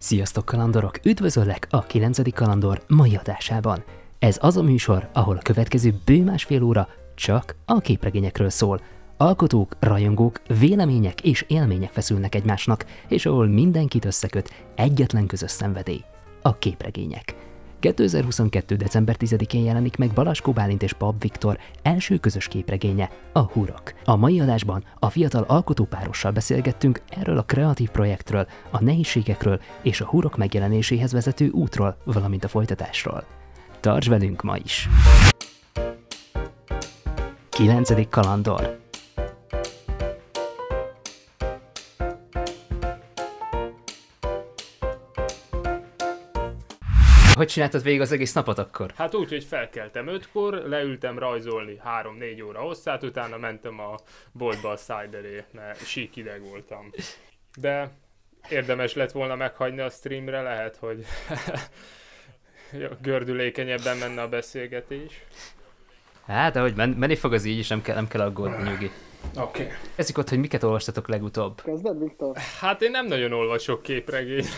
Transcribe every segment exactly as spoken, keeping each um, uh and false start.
Sziasztok kalandorok! Üdvözöllek a kilencedik kalandor mai adásában. Ez az a műsor, ahol a következő bő másfél óra csak a képregényekről szól. Alkotók, rajongók, vélemények és élmények feszülnek egymásnak, és ahol mindenkit összeköt egyetlen közös szenvedély, a képregények. kétezer-huszonkettő. december tizedikén jelenik meg Balaskó Bálint és Pap Viktor első közös képregénye, a Hurok. A mai adásban a fiatal alkotópárossal beszélgettünk erről a kreatív projektről, a nehézségekről és a Hurok megjelenéséhez vezető útról, valamint a folytatásról. Tarts velünk ma is! kilencedik kalandor. Hogy csináltad végig az egész napot akkor? Hát úgy, hogy felkeltem ötkor, leültem rajzolni három-négy óra hosszát, utána mentem a boltba a Cideré, mert sík ideg voltam. De érdemes lett volna meghagyni a streamre, lehet, hogy gördülékenyebben menne a beszélgetés. Hát, ahogy men- menni fog az így is, nem kell, nem kell aggódni, nyugi. Oké. Okay. Kezdjük ott, hogy miket olvastatok legutóbb. Kezded, Viktor? Hát én nem nagyon olvasok képregényt.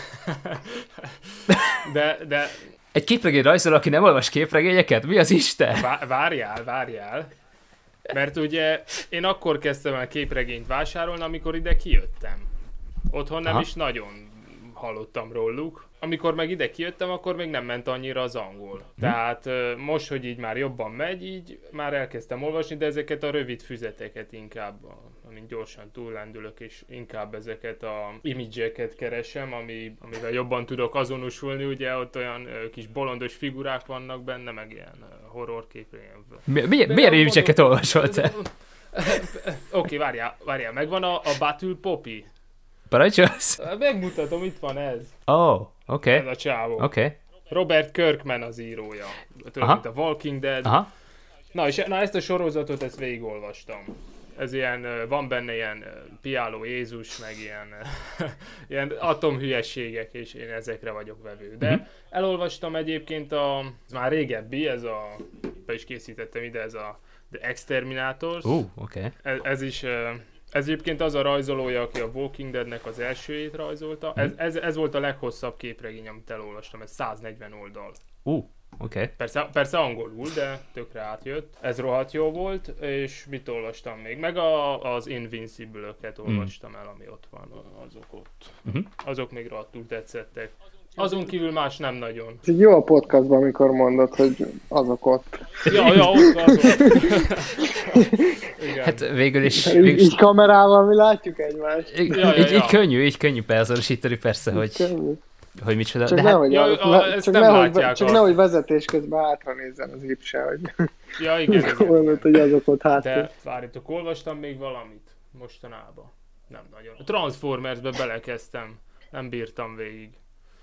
de, de... Egy képregény rajzol, aki nem olvas képregényeket? Mi az Isten? Vá- várjál, várjál. Mert ugye én akkor kezdtem el képregényt vásárolni, amikor ide kijöttem. Otthon nem Aha. is nagyon hallottam róluk. Amikor meg ide kijöttem, akkor még nem ment annyira az angol. Hm. Tehát most, hogy így már jobban megy, így már elkezdtem olvasni, de ezeket a rövid füzeteket inkább, amint gyorsan túllendülök, és inkább ezeket a image-eket keresem, ami, amivel jobban tudok azonosulni, ugye ott olyan kis bolondos figurák vannak benne, meg ilyen horrorképek. Mi, mi, milyen image-eket olvasol te? Oké, várjál, várjál, megvan a, a Battle Poppy. Parancsolsz? Megmutatom, itt van ez. Oh, oké. Okay. Ez a csávó. Oké. Okay. Robert Kirkman az írója. Tudod, mint a Walking Dead. Aha. Na, és na, ezt a sorozatot, ezt végigolvastam. Ez ilyen, van benne ilyen piáló Jézus, meg ilyen, ilyen atomhülyességek, és én ezekre vagyok vevő. De mm-hmm. elolvastam egyébként a, már régebbi, ez a, be is készítettem ide, ez a The Exterminators. Uh, oké. Okay. Ez, ez is... Ez egyébként az a rajzolója, aki a Walking Deadnek az elsőjét rajzolta. Ez, ez, ez volt a leghosszabb képregény, amit elolvastam, ez száznegyven oldal. Uh, oké. Okay. Persze, persze angolul, de tökre átjött. Ez rohadt jó volt, és mit olvastam még? Meg a, az Invincible-öket olvastam el, ami ott van, azok ott. Uh-huh. Azok még rohadtul tetszettek. Azon kívül más nem nagyon. Ez jó a podcastban, amikor mondod, hogy azok ott. Ja, ja, ott azok. Igen. Hát végül is... Végül is... Így kamerával mi látjuk egymást. Így, ja, ja, így, ja. így könnyű, így könnyű beazonosítani persze, hogy... Könnyű. Hogy micsoda. Csak de nehogy, hát... ja, ja, ne, csak nem nehogy, csak a... nehogy vezetés közben hátra nézzen az ipse, hogy... Ja, igen, igen. Mondod, hogy azok ott hátra. De várjátok, olvastam még valamit mostanában. Nem nagyon. A Transformersbe belekezdtem. Nem bírtam végig.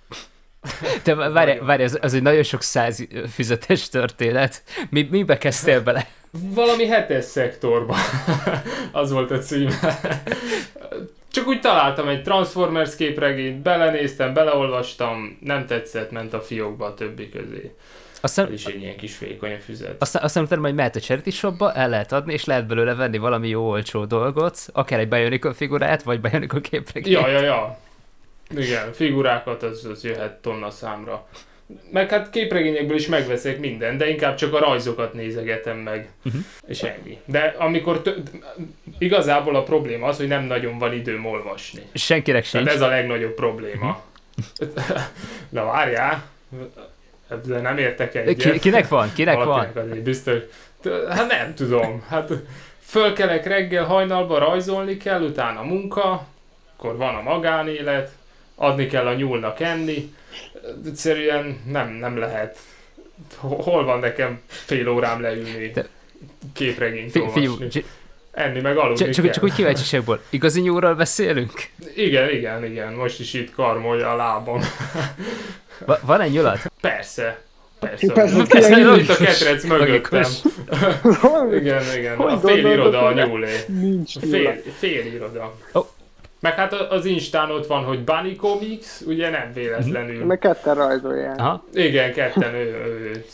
Te várj, várj az, az egy nagyon sok száz füzetes történet. Mi, mibe kezdtél bele? Valami hetes szektorban. Az volt a címe. Csak úgy találtam egy Transformers képregényt, belenéztem, beleolvastam, nem tetszett, ment a fiókba a többi közé. Aztán, ez is egy ilyen kis vékony füzet. Aztán, aztán utána majd mehet a charity shopba, el lehet adni, és lehet belőle venni valami jó olcsó dolgot, akár egy Bionicle figurát, vagy Bionicle képregényt. Ja, ja, ja. Igen, figurákat az, az jöhet tonna számra. Meg hát képregényekből is megveszek minden, de inkább csak a rajzokat nézegetem meg, uh-huh. és ennyi. De amikor t- igazából a probléma az, hogy nem nagyon van időm olvasni. Senkinek sincs. Tehát ez a legnagyobb probléma. Uh-huh. Na várjál, de nem értek egyet. Ki, kinek van? Kinek van? Azért biztos. Hát nem tudom. Hát fölkelek reggel hajnalba, rajzolni kell, utána munka, akkor van a magánélet, adni kell a nyúlnak enni. Egyszerűen nem, nem lehet. Hol van nekem fél órám leülni, Te... képregényt fi- olvasni. Fiú, enni meg aludni csak, csak, csak úgy kíváncsiságból. Igazi nyúlról beszélünk? Igen, igen, igen. Most is itt karmolja a lábam. Va- van-e nyulat? Persze. Persze. Persze, Persze, itt a ketrec mögöttem. Igen, igen. Hogy a fél iroda a gondolod, nyúlé. Nincs Fél, fél iroda. Oh. Meg hát az Instán ott van, hogy Bunny Comics, ugye nem véletlenül. Meg ketten rajzolják. Aha. Igen, ketten ő, ő,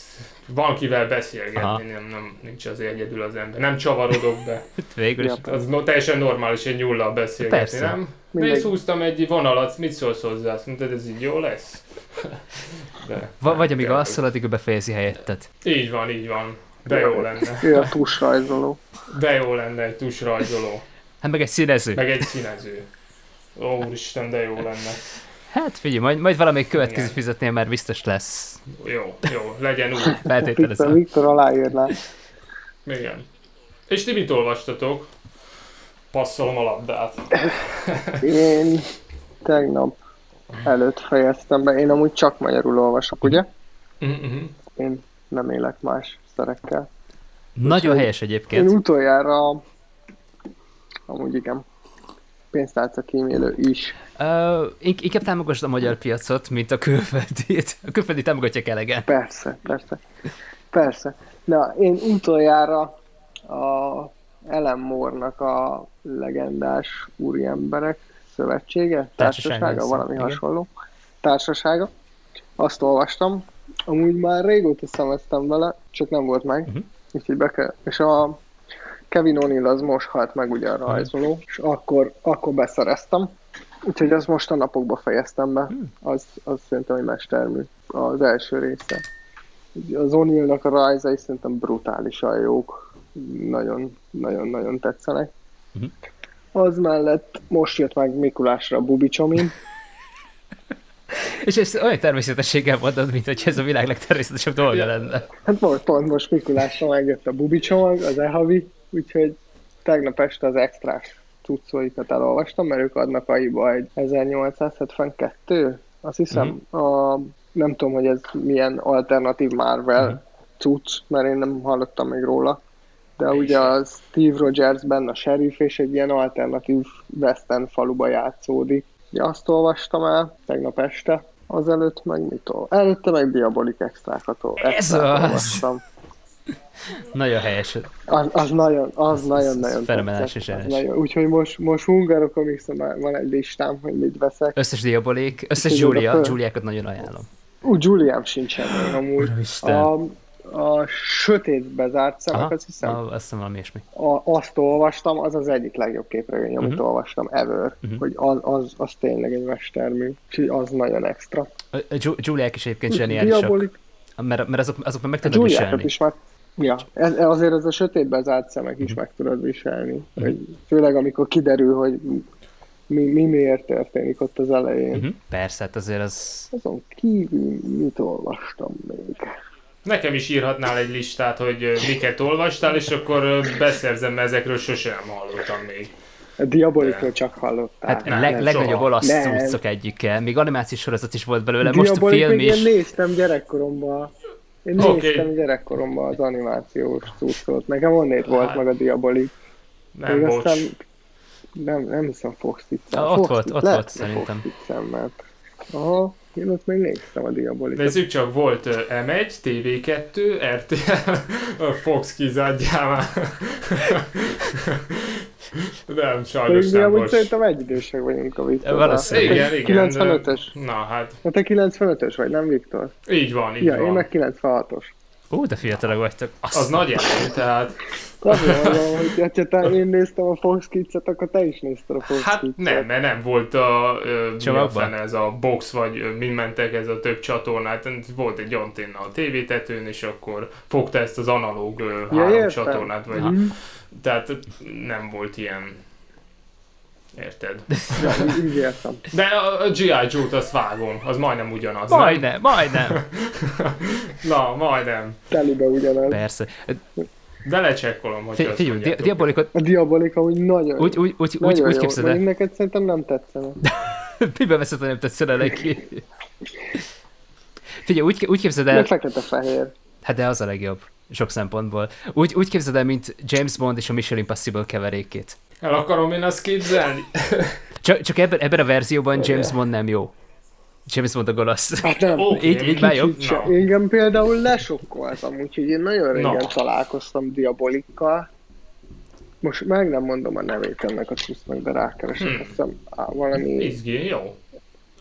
Van kivel beszélgetni, Aha. nem, nem, nincs az egyedül az ember. Nem csavarodok be. Végül is. Ja. Az no, teljesen normális egy nyullal beszélgetni, Persze. nem? Mindegy. Nézd, húztam egy vonalat, mit szólsz hozzá? Azt mondtad, ez így jó lesz? De, Va- vagy nem, amíg tényleg. alszol, addig ő befejezi helyettet. Így van, így van. De jó lenne. Ő a tusrajzoló. De jó lenne egy tusrajzoló. Hát meg egy színező. Meg egy színező. Ó, úristen, de jó lenne. Hát figyelj, majd, majd valamelyik következő Igen. fizetnél már biztos lesz. Jó, jó, legyen úgy. Viktor, Feltételezem. Viktor aláírná. Igen. És ti mit olvastatok? Passzolom a labdát. Én tegnap előtt fejeztem be. Én amúgy csak magyarul olvasok, ugye? Uh-huh. Én nem élek más szerekkel. Nagyon Úgyhogy helyes Én egyébként. utoljára, amúgy igen, pénztárca kímélő is. Uh, inkább támogasd a magyar piacot, mint a külföldit. A külföldi támogatják elegen. Persze, persze. Persze. Na, én utoljára a Ellen Moore-nak a legendás úriemberek szövetsége, Társasága, társasága, azt valami hiszem, hasonló. Társasága. Azt olvastam. Amúgy már régóta szemeztem vele, csak nem volt meg. Uh-huh. Úgyhogy be kell. És a Kevin O'Neill az most halt meg ugye a rajzoló, és akkor, akkor beszereztem. Úgyhogy azt most a napokban fejeztem be. Az, az szerintem egy mestermű. Az első része. Az O'Neillnak a rajzai szerintem brutálisan jók. Nagyon, nagyon, nagyon tetszenek. Mhm. Az mellett most jött meg Mikulásra a Bubi Csomin. És ezt olyan természetességgel mondod, mint hogy ez a világ legtermészetesebb dolga lenne. Hát most, pont most Mikulásra megjött a Bubi csomag, az e-havi, úgyhogy tegnap este az extrás cuccóikat elolvastam, mert ők adnak aiba egy ezernyolcszázhetvenkettő, azt hiszem, Mhm. a, nem tudom, hogy ez milyen alternatív Marvel Mhm. cucc, mert én nem hallottam még róla, de Én ugye sem. az Steve Rogers benne a sheriff, és egy ilyen alternatív western faluba játszódik. Ja, azt olvastam el tegnap este, azelőtt meg mit ol... Előtte meg Diabolik extrákat ol- Ez extrát az! olvastam. Nagyon helyes. Az, az nagyon, az Az- az- nagyon-nagyon az fenomenális tetszett. és Az zsenes. nagyon- Úgyhogy most, most Hungarok Comics-on már van egy listám, hogy mit veszek. Összes diabolik, összes Tudod, Julia, föl- Juliákat nagyon ajánlom. Ú, Juliám sincsen még amúgy. Úristen. A, a sötét bezárt szemek, Aha, azt hiszem, ah, azt hiszem valami ilyesmi. a, azt olvastam, az az egyik legjobb képregény, amit Mhm. olvastam ever, Mhm. hogy az, az, az tényleg egy mestermű, úgyhogy az nagyon extra. A- a Ju- Juliák is egyébként zseniálisak, Diabolik, mert, mert azok, azok már meg a tudnak Juliákat viselni. is már, ja, ez, azért ez a sötét bezárt szemek is Mhm. meg tudod viselni. Hogy, főleg amikor kiderül, hogy mi, mi miért történik ott az elején. Uh-huh. Persze, hát azért az... Azon kívül mit olvastam még? Nekem is írhatnál egy listát, hogy ö, miket olvastál, és akkor ö, beszerzem, mert ezekről sosem hallottam még. A Diabolikról csak hallottál. Hát nem, leg, nem, legnagyobb soha. olasz Nem. cuccok egyike. Még animációs sorozat is volt belőle, most a Diabolik film még én is. néztem gyerekkoromban. Én Oké. néztem gyerekkoromban az animációs cuccot. Nekem onnét volt Hát, meg a Diabolik. Nem, Még bocs. aztán nem, nem hiszem Fox Kids-en. Ah, ott Fox volt, Kids- ott lehet, volt hogy szerintem. Fox Kids-en, mert... Aha, én ott még néztem a Diabolikot. Nézzük csak, volt ö, em egy, té vé kettő, er té el, a Fox kizadjál már. Nem, sajnos Pedig mi nem, amúgy bocs. szerintem egy idősek vagyunk a Viktorral. Valószínűleg. Igen, igen. kilencvenötös. de- Na hát, Na te kilencvenötös vagy, nem Viktor? így van, így Ja, van. én meg kilencvenhatos. Ú, de fiatalok vagytok. Azt Az nagy elő, tehát Azért mondom, hogy ha te én néztem a Fox Kids-et, akkor te is nézted a Fox hát Kids-et. nem, mert nem volt a, ö, mi a Csomagban? fene, ez a box, vagy ö, mind mentek ez a több csatornát, volt egy antenna a tévétetőn, és akkor fogta ezt az analóg ö, Ja, három értem. csatornát, vagy, Mhm. tehát nem volt ilyen, érted? Ja, így- így értem. De a, a gé i. Joe-t azt vágom, az majdnem ugyanaz, nem? Majdnem, majdnem. Na, majdnem. Telibe ugyanez. Persze. De lecsekkolom, hogy Figy- azt Figyelj, Di- mondjátok. Diabolikot A Diabolik amúgy nagyon úgy, úgy, úgy, úgy, nagyon úgy jó. képzeld Mondjuk el. neked szerintem nem tetszene. Miben veszed, hogy nem tetszene neki? Figyelj, úgy, úgy képzeld De el, fekete-fehér. hát de az a legjobb, sok szempontból. Úgy, úgy képzeld el, mint James Bond és a Mission Impossible keverékét. El akarom én azt képzelni? Csak, csak ebben, ebben a verzióban James Bond nem jó. James Bond a gonosz. Hát nem. Oké, Így- így már jobb? Kicsit se. Na. Engem például lesokkoltam, úgyhogy én nagyon régen Na. találkoztam Diabolikkal. Most meg nem mondom a nevét ennek a cuccnak, de rákeresek, Hmm. azt hiszem á, valami... Izgi, jó.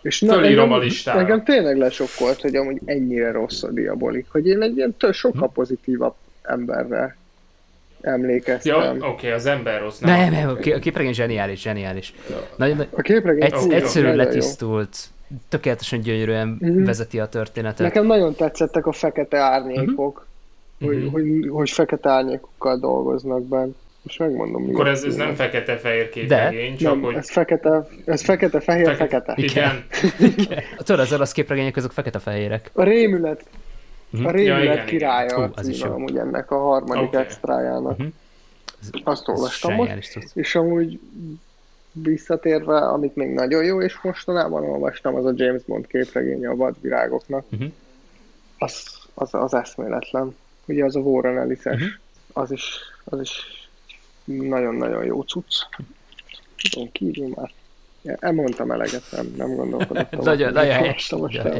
És fölírom na, a listára. Engem tényleg lesokkolt, hogy amúgy ennyire rossz a Diabolik, hogy én egy ilyen től sokkal pozitívabb emberre emlékeztem. Ja, oké, okay, az ember rossz. Nem, Nem, nem, okay. a képregény zseniális, zseniális. Nagyon, a képregény egy, ú, egyszerű, nagyon letisztult, tökéletesen gyönyörűen uh-huh. vezeti a történetet. Nekem nagyon tetszettek a fekete árnyékok, uh-huh. hogy, uh-huh. hogy, hogy fekete árnyékokkal dolgoznak benne. Most megmondom, mi. Akkor ez, ez nem fekete-fehér képregény, csak nem, hogy... ez fekete, ez fekete-fehér, Feke... fekete. Igen. Igen. Tudod, az orosz képregények azok fekete-fehérek. A rémület, uh-huh. a rémület ja, igen, királya igen. Hú, címe amúgy ennek a harmadik okay. extrájának. Uh-huh. Azt olvastam most, és amúgy visszatérve, amit még nagyon jó, és mostanában olvastam, az a James Bond képregénye a vadvirágoknak. Uh-huh. Az, az, az eszméletlen. Ugye az a Warren Ellis-es. Uh-huh. Az is, az is nagyon-nagyon jó cucc. Tudom, kívül már. Ja, elmondtam eleget, nem, nem gondolkodottam. Nagyon, nagyon helyes.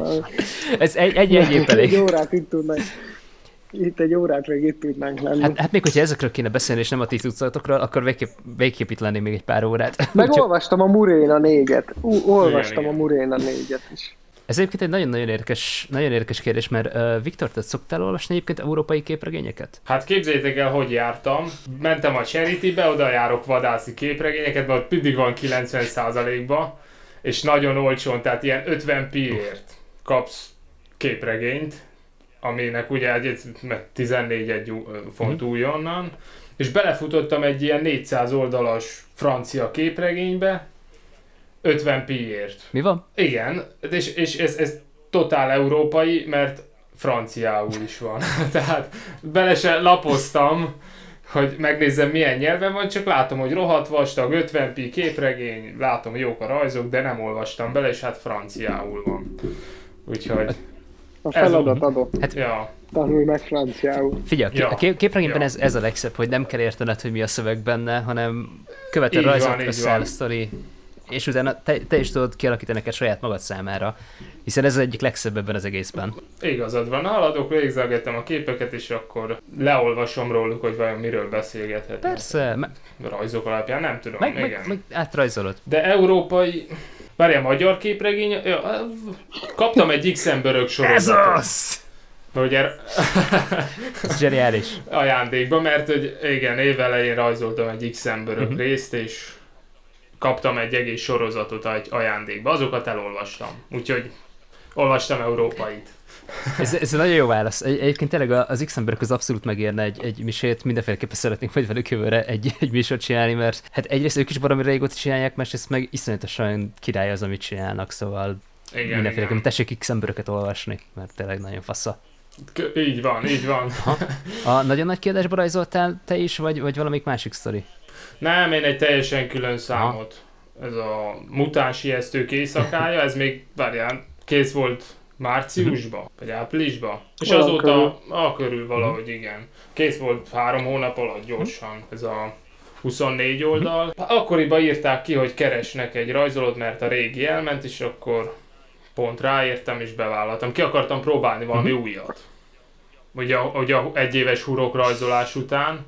Ez egy, egy, egy épp elég. Egy órát itt tudnánk. Itt egy órát még itt tudnánk lenni. Hát, hát még hogyha ezekről kéne beszélni, és nem a ti cuccatokról, akkor végképp, végképp itt lennék még egy pár órát. Meg olvastam a Muréna négyet. Ú, olvastam a Muréna négyet is. Ez egyébként egy nagyon-nagyon érdekes, nagyon érdekes kérdés, mert uh, Viktor, te szoktál olvasni egyébként európai képregényeket? Hát képzeljétek el, hogy jártam. Mentem a Charity-be, oda járok vadászi képregényeket, mert ott mindig van kilencven százalékba, és nagyon olcsón, tehát ilyen ötven pért kapsz képregényt, aminek ugye egy tizennégy egy font mm. újonnan, és belefutottam egy ilyen négyszáz oldalas francia képregénybe, ötven pért. Mi van? Igen, és, és ez, ez totál európai, mert franciául is van. Tehát bele se lapoztam, hogy megnézzem milyen nyelven van, csak látom, hogy rohadt vastag, ötven pí képregény, látom, jók a rajzok, de nem olvastam bele, és hát franciául van. Úgyhogy... A feladat adott. Hát, ja. Tanulj meg franciául. Figyelj, ja. a kép- képregényben ja. ez, ez a legszebb, hogy nem kell értened, hogy mi a szöveg benne, hanem követed rajzot, összeáll a sztori, és utána te, te is tudod kialakítani neked saját magad számára, hiszen ez az egyik legszebb ebben az egészben. Igazad van, haladok, végigzelgettem a képeket, és akkor leolvasom róluk, hogy vajon miről beszélgethetnek. Persze. Me- rajzok alapján, nem tudom, meg, igen. Meg, meg átrajzolod. De európai... Várjál, magyar képregény... Ja, kaptam egy X-Emberök sorozatot. Ez az! Mert ugye... Ez zseniális. Ajándékba, mert hogy igen, évelején rajzoltam egy X-Emberök uh-huh. részt, és kaptam egy egész sorozatot egy ajándékba. Azokat elolvastam. Úgyhogy olvastam európait. Ez, ez egy nagyon jó válasz. Egy, egyébként tényleg az X-Emberök az abszolút megérne egy, egy misét, mindenféleképpen szeretnénk majd velük jövőre egy, egy misort csinálni, mert hát egyrészt ők is baromi régóta csinálják, másrészt meg iszonyatosan király az, amit csinálnak, szóval igen, mindenféleképpen tessék X-Emberöket olvasni, mert tényleg nagyon fasza. K- így van, így van. Ha? A nagyon nagy kiadásba rajzoltál te is, vagy, vagy valamik másik sztori? Nem, én egy teljesen külön számot. Ha? Ez a mutáns ijesztők éjszakája, ez még, várjál, kész volt márciusban, uh-huh. vagy áprilisban. És Val azóta, körül. a körül valahogy uh-huh. igen. Kész volt három hónap alatt gyorsan ez a huszonnégy oldal. Uh-huh. Akkoriban írták ki, hogy keresnek egy rajzolót, mert a régi elment, és akkor pont ráértem és bevállaltam. Ki akartam próbálni valami uh-huh. újat. Ugye, ugye egy éves hurok rajzolás után.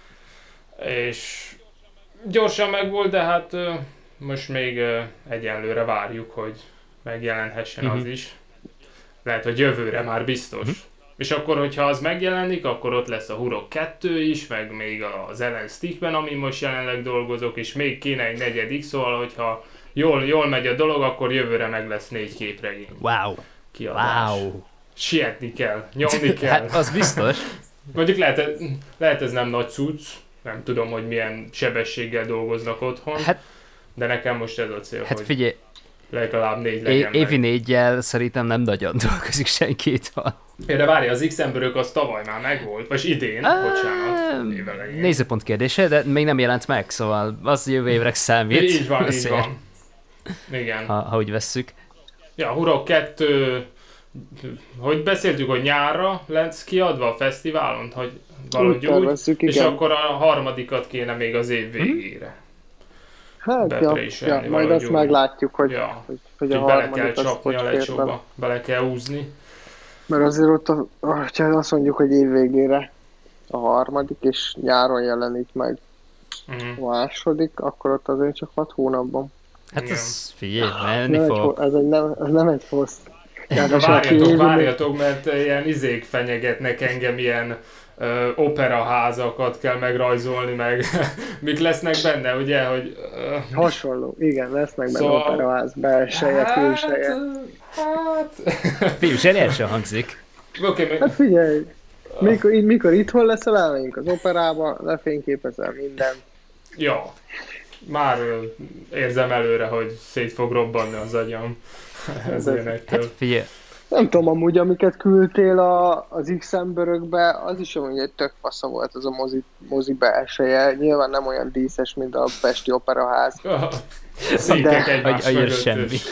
És gyorsan megvolt, de hát most még egyenlőre várjuk, hogy megjelenhessen uh-huh. az is. Lehet, hogy jövőre már biztos. Uh-huh. És akkor, hogyha az megjelenik, akkor ott lesz a Hurok kettő is, meg még az Ellen Stickben, ami most jelenleg dolgozok, és még kéne egy negyedik, szóval, hogyha jól, jól megy a dolog, akkor jövőre meg lesz négy képregény. Wow! Kiadás. Wow! Sietni kell, nyomni kell. Hát az biztos. Mondjuk lehet, lehet ez nem nagy cucc, nem tudom, hogy milyen sebességgel dolgoznak otthon, hát, de nekem most ez a cél, hát hogy figyelj, legalább négy legyen é- évi négyel szerintem nem nagyon dolgozik senki itthon. De várj, az X-Emberök az tavaly már megvolt, vagy idén, uh, bocsánat, évelején. Nézőpont kérdése, de még nem jelent meg, szóval az jövő évre számít. Így van, így van. Igen. Ha, ha úgy vesszük. Ja, Hurok kettő, hogy beszéltük, hogy nyárra lesz kiadva a fesztiválon, hogy valahogy úgy, úgy és akkor a harmadikat kéne még az év végére. Hát, ja, ja, majd azt úgy. Meglátjuk, hogy, ja. hogy, hogy a bele kell csapni a lecsóba, bele kell húzni. Mert azért ott, a, ha azt mondjuk, hogy év végére a harmadik, és nyáron jelenik meg uh-huh. a második, akkor ott azért csak hat hónapban. Hát Igen. ez figyelj, menni Nem egy, fog. ho- ez, egy, nem, ez nem egy hossz. Na, várjatok, várjatok, mert ilyen izék fenyegetnek engem, ilyen ö, operaházakat kell megrajzolni, meg mik lesznek benne, ugye, hogy... Ö, Hasonló, igen, lesznek benne Szóval- operaház, belseje, külseje. hát... Fiú, zseniálisan sem hangzik. Oké, okay, Hát figyelj, mikor, így, mikor itthon leszel, elmegyünk az operába, lefényképezel minden. ja, már ö, érzem előre, hogy szét fog robbanni az agyam. Ez Hát ilyenektől. Hát figyelj, Nem tudom, amúgy, amiket küldtél a, az X-Emberökbe, az is amúgy egy tök fasza volt az a mozi, mozi belseje. Nyilván nem olyan díszes, mint a Pesti Operaház. Székek De- egymás agy, agyas mögött, semmi. és,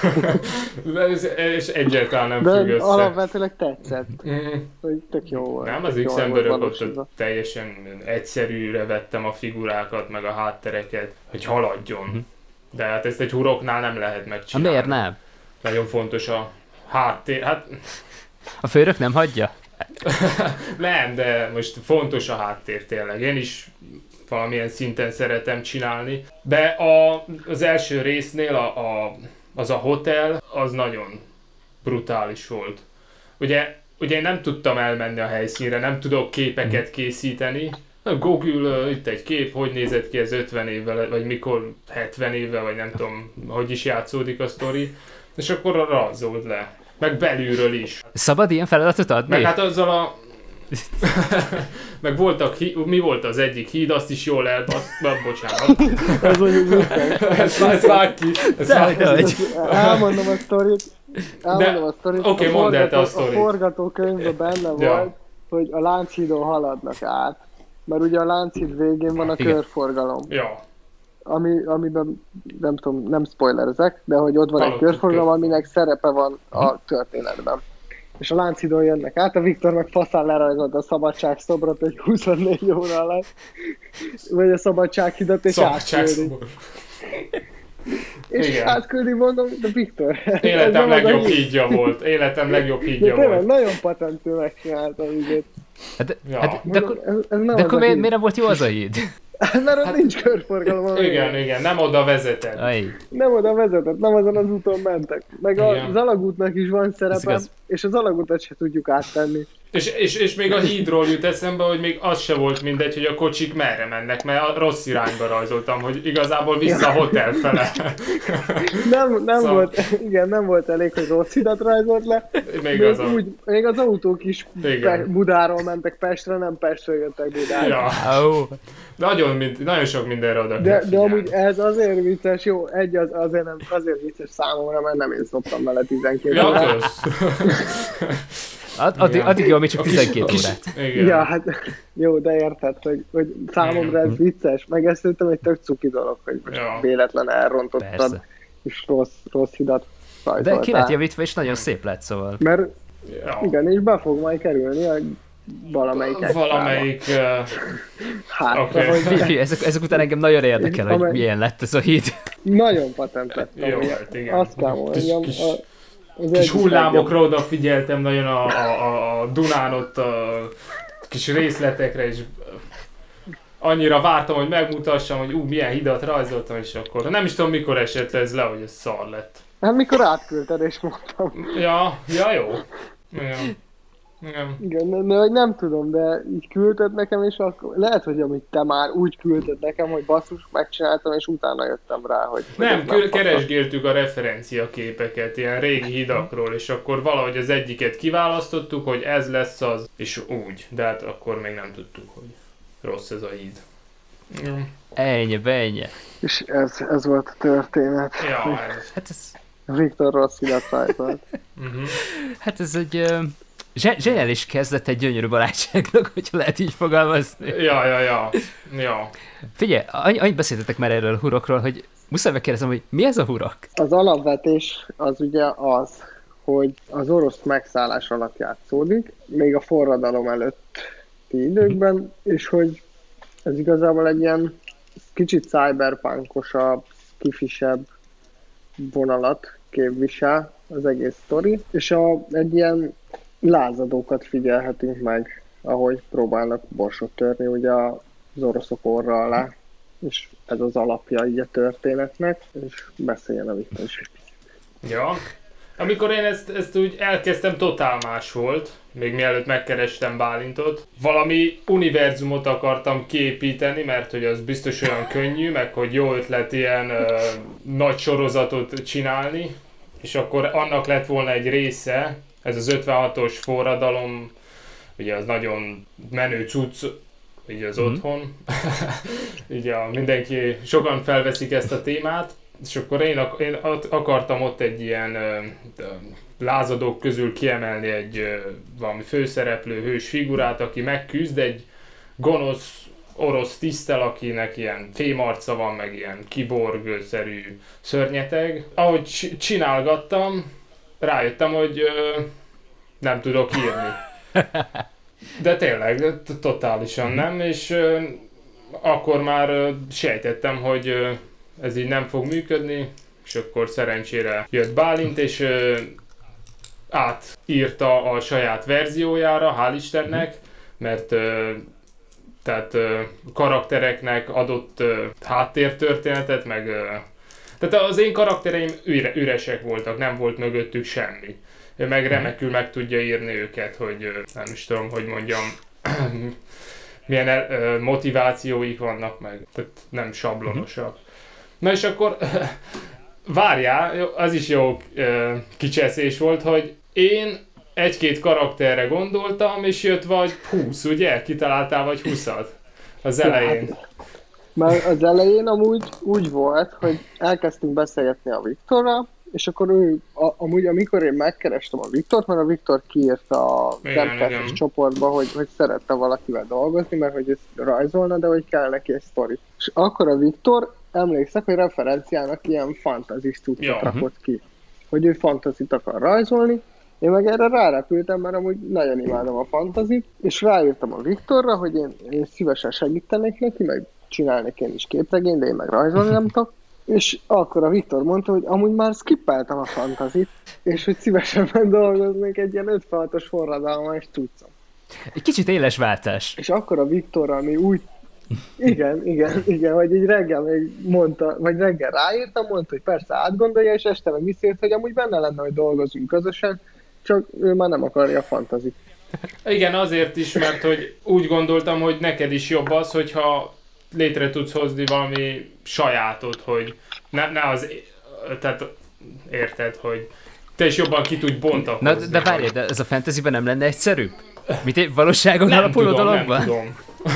és, és egyáltalán nem De függ össze. alapvetőleg tetszett, Mm. hogy tök jó volt. Nem, az tök jól X-emberök volt ott valósítva. teljesen egyszerűre vettem a figurákat, meg a háttereket, hogy haladjon. Mhm. De hát ezt egy huroknál nem lehet ha megcsinálni. miért nem? Nagyon fontos a háttér. Hát A főnök nem hagyja? nem, de most fontos a háttér tényleg. Én is valamilyen szinten szeretem csinálni. De a, az első résznél a, a, az a hotel, az nagyon brutális volt. Ugye, ugye én nem tudtam elmenni a helyszínre, nem tudok képeket készíteni. A Google, uh, itt egy kép, hogy nézett ki ez ötven évvel, vagy mikor hetven évvel, vagy nem tudom, hogy is játszódik a sztori. És akkor rajzolt le. Meg belülről is. Szabad ilyen feladatot adni? Meg hát azzal a... meg voltak, hí... mi volt az egyik híd, azt is jól elbasz... Bocsánat. Ez mondjuk vicces. ezt, ezt vág ki. Ezt De, vág de, ki. hogy... Elmondom a sztorit. Elmondom a sztorit. oké, A mondd el te a forgató- sztorit. A forgatókönyvben benne Ja. volt, hogy a Lánchídon haladnak át. Mert ugye a Lánchíd végén van a Igen. körforgalom. Ja. Ami, amiben nem tudom, nem spoilerezek, de hogy ott van egy Hallottuk, körforgalom, kör. aminek szerepe van a történetben. És a Lánchídon jönnek át, a Viktor meg faszán lerajzolt a szabadság szobrot egy huszonnégy óra alatt, vagy a szabadsághidat, és Szabadság átküldi. szobor. És Igen. átküldi, mondom, de Viktor, ez Életem nem az legjobb annyi. hídja volt. Életem legjobb De hídja tényleg volt. nagyon patentül megcsinálta a ügyét. Hát, de, Ja. hát, de, Mondom, akkor- ez, ez nem de az akkor a miért, híd. miért nem volt jó az a híd? Mert ott nincs körforgalom. a végén. Igen, igen, nem oda vezeted. Aj, Nem oda vezetett, nem azon az úton mentek. Meg Igen. az alagútnak is van Ez szerepe, igaz. és az alagútat se tudjuk áttenni. És, és, és még a hídról jut eszembe, hogy még az se volt mindegy, hogy a kocsik merre mennek, mert a rossz irányba rajzoltam, hogy igazából vissza a hotel fele. Nem, nem Szóval- volt, igen, nem volt elég, hogy rossz hidat rajzolt le. Még Még, az a... úgy, még az autók is Igen. Pe- Budáról mentek Pestre, nem Pestről jöttek Budára. Ja, ó, nagyon, mind, nagyon sok mindenre oda kell De, de figyelni. amúgy ez azért vicces, jó, egy az, azért, nem, azért vicces számomra, mert nem én szoptam vele tizenkét Ja, órát. kösz. Ad, addig, Igen. addig jó, még csak A kis- tizenkét a kis- órát. Igen. Ja, hát jó, de érted, hogy, hogy számomra ez vicces, meg ez szerintem egy tök cuki dolog, hogy most Ja. véletlen elrontottad, Persze. és rossz, rossz hidat De ki rajzoltál. lett javítva, és nagyon szép lett, szóval. Mert Ja. igen, és be fog majd kerülni a valamelyik extrába. Valamelyik... Uh, Hát, Oké. okay. Fi, fi, ezek, ezek után engem nagyon érdekel, hogy Amely- milyen lett ez a híd. nagyon patent lett. Jó amúgy. volt, igen. Azt kell mondjam. Kis- a- az kis egyik hullámokra odafigyeltem nagyon a, a, a, a Dunán ott a kis részletekre, és annyira vártam, hogy megmutassam, hogy ú, milyen hidat rajzoltam, és akkor nem is tudom mikor esett ez le, hogy ez szar lett. legjobb. Hát mikor átküldted, és mondtam. Ja, ja jó. Igen. Igen. Igen, de, de hogy nem tudom, de így küldted nekem, és akkor lehet, hogy amit te már úgy küldted nekem, hogy basszus, megcsináltam, és utána jöttem rá, hogy... hogy Nem, ez kö- fasz. keresgéltük a referenciaképeket, ilyen régi hidakról, és akkor valahogy az egyiket kiválasztottuk, hogy ez lesz az, és úgy. De hát akkor még nem tudtuk, hogy rossz ez a híd. Ja, Ennyi, bennyi. És ez, ez volt a történet. ja ez. Hát ez, Viktor rossz hidat rajzolt. Uh-huh. hát ez egy uh, zse- zseniális kezdet egy gyönyörű barátságnak, hogyha lehet így fogalmazni. Ja, ja, ja. Ja. Figyelj, annyi, annyit beszéltetek már erről a hurokról, hogy muszáj megkérdezem, hogy mi ez a hurok? Az alapvetés az ugye az, hogy az orosz megszállás alatt játszódik, még a forradalom előtti időkben, és hogy ez igazából egy ilyen kicsit cyberpunkosabb, skifisebb vonalat képvisel az egész sztori, és a, egy ilyen lázadókat figyelhetünk meg, ahogy próbálnak borsot törni ugye az oroszok orra alá. és ez az alapja így a történetnek, és beszéljen a Viktor is. Ja. Amikor én ezt, ezt úgy elkezdtem, totál más volt, még mielőtt megkerestem Bálintot. Valami univerzumot akartam kiépíteni, mert hogy az biztos olyan könnyű, meg hogy jó ötlet ilyen ö, nagy sorozatot csinálni, és akkor annak lett volna egy része, ez az ötvenhatos forradalom, ugye az nagyon menő cucc, ugye az mm-hmm. otthon, ugye mindenki, sokan felveszik ezt a témát, és akkor én, ak- én akartam ott egy ilyen ö, ö, lázadók közül kiemelni egy ö, valami főszereplő hős figurát, aki megküzd egy gonosz orosz tisztel, akinek ilyen fémarca van, meg ilyen kiborg-szerű szörnyeteg. Ahogy csinálgattam, rájöttem, hogy ö, nem tudok írni. De tényleg, totálisan nem, és ö, akkor már ö, sejtettem, hogy ö, ez így nem fog működni, és akkor szerencsére jött Bálint, és ö, átírta a saját verziójára, hál' Istennek, mert ö, tehát ö, karaktereknek adott ö, háttértörténetet, meg ö, tehát az én karaktereim üre, üresek voltak, nem volt mögöttük semmi. Ő meg remekül meg tudja írni őket, hogy ö, nem is tudom, hogy mondjam, milyen ö, motivációik vannak meg, tehát nem sablonosak. Na és akkor várjál, az is jó ö, kicseszés volt, hogy én egy-két karakterre gondoltam, és jött vagy húsz, ugye? Kitaláltál vagy húszat az elején. Ja, már az elején amúgy úgy volt, hogy elkezdtünk beszélgetni a Viktorral, és akkor ő, a, amúgy amikor én megkerestem a Viktort, mert a Viktor kiírta a Demcast csoportba, hogy, hogy szerette valakivel dolgozni, mert hogy ezt rajzolna, de hogy kell neki egy sztori. És akkor a Viktor, emlékszek, hogy referenciának ilyen fantazis cuccot ja. rakott ki. Hogy ő fantazit akar rajzolni, én meg erre rárepültem, mert amúgy nagyon imádom a fantazit, és ráírtam a Viktorra, hogy én, én szívesen segítenék neki, meg csinálnék én is képregényt, de én meg rajzolni nem tudok. És akkor a Viktor mondta, hogy amúgy már skippeltem a fantazit, és hogy szívesen megdolgoznék egy ilyen ötvenhatos forradalmas cuccom. Egy kicsit éles váltás. És akkor a Viktorral mi úgy... Igen, igen, igen, hogy egy reggel még mondta, vagy reggel ráírtam, mondta, hogy persze átgondolja, és este meg visszért, hogy amúgy benne lenne, hogy dolgozunk közösen, csak ő már nem akarja a fantazit. Igen, azért is, mert hogy úgy gondoltam, hogy neked is jobb az, hogyha létre tudsz hozni valami sajátot, hogy ne, ne az, tehát érted, hogy te is jobban ki tudsz bontakozni. Na, de várj, de ez a fantasyben nem lenne egyszerűbb? Mit egy valóságon alapuló dologban? Nem tudom,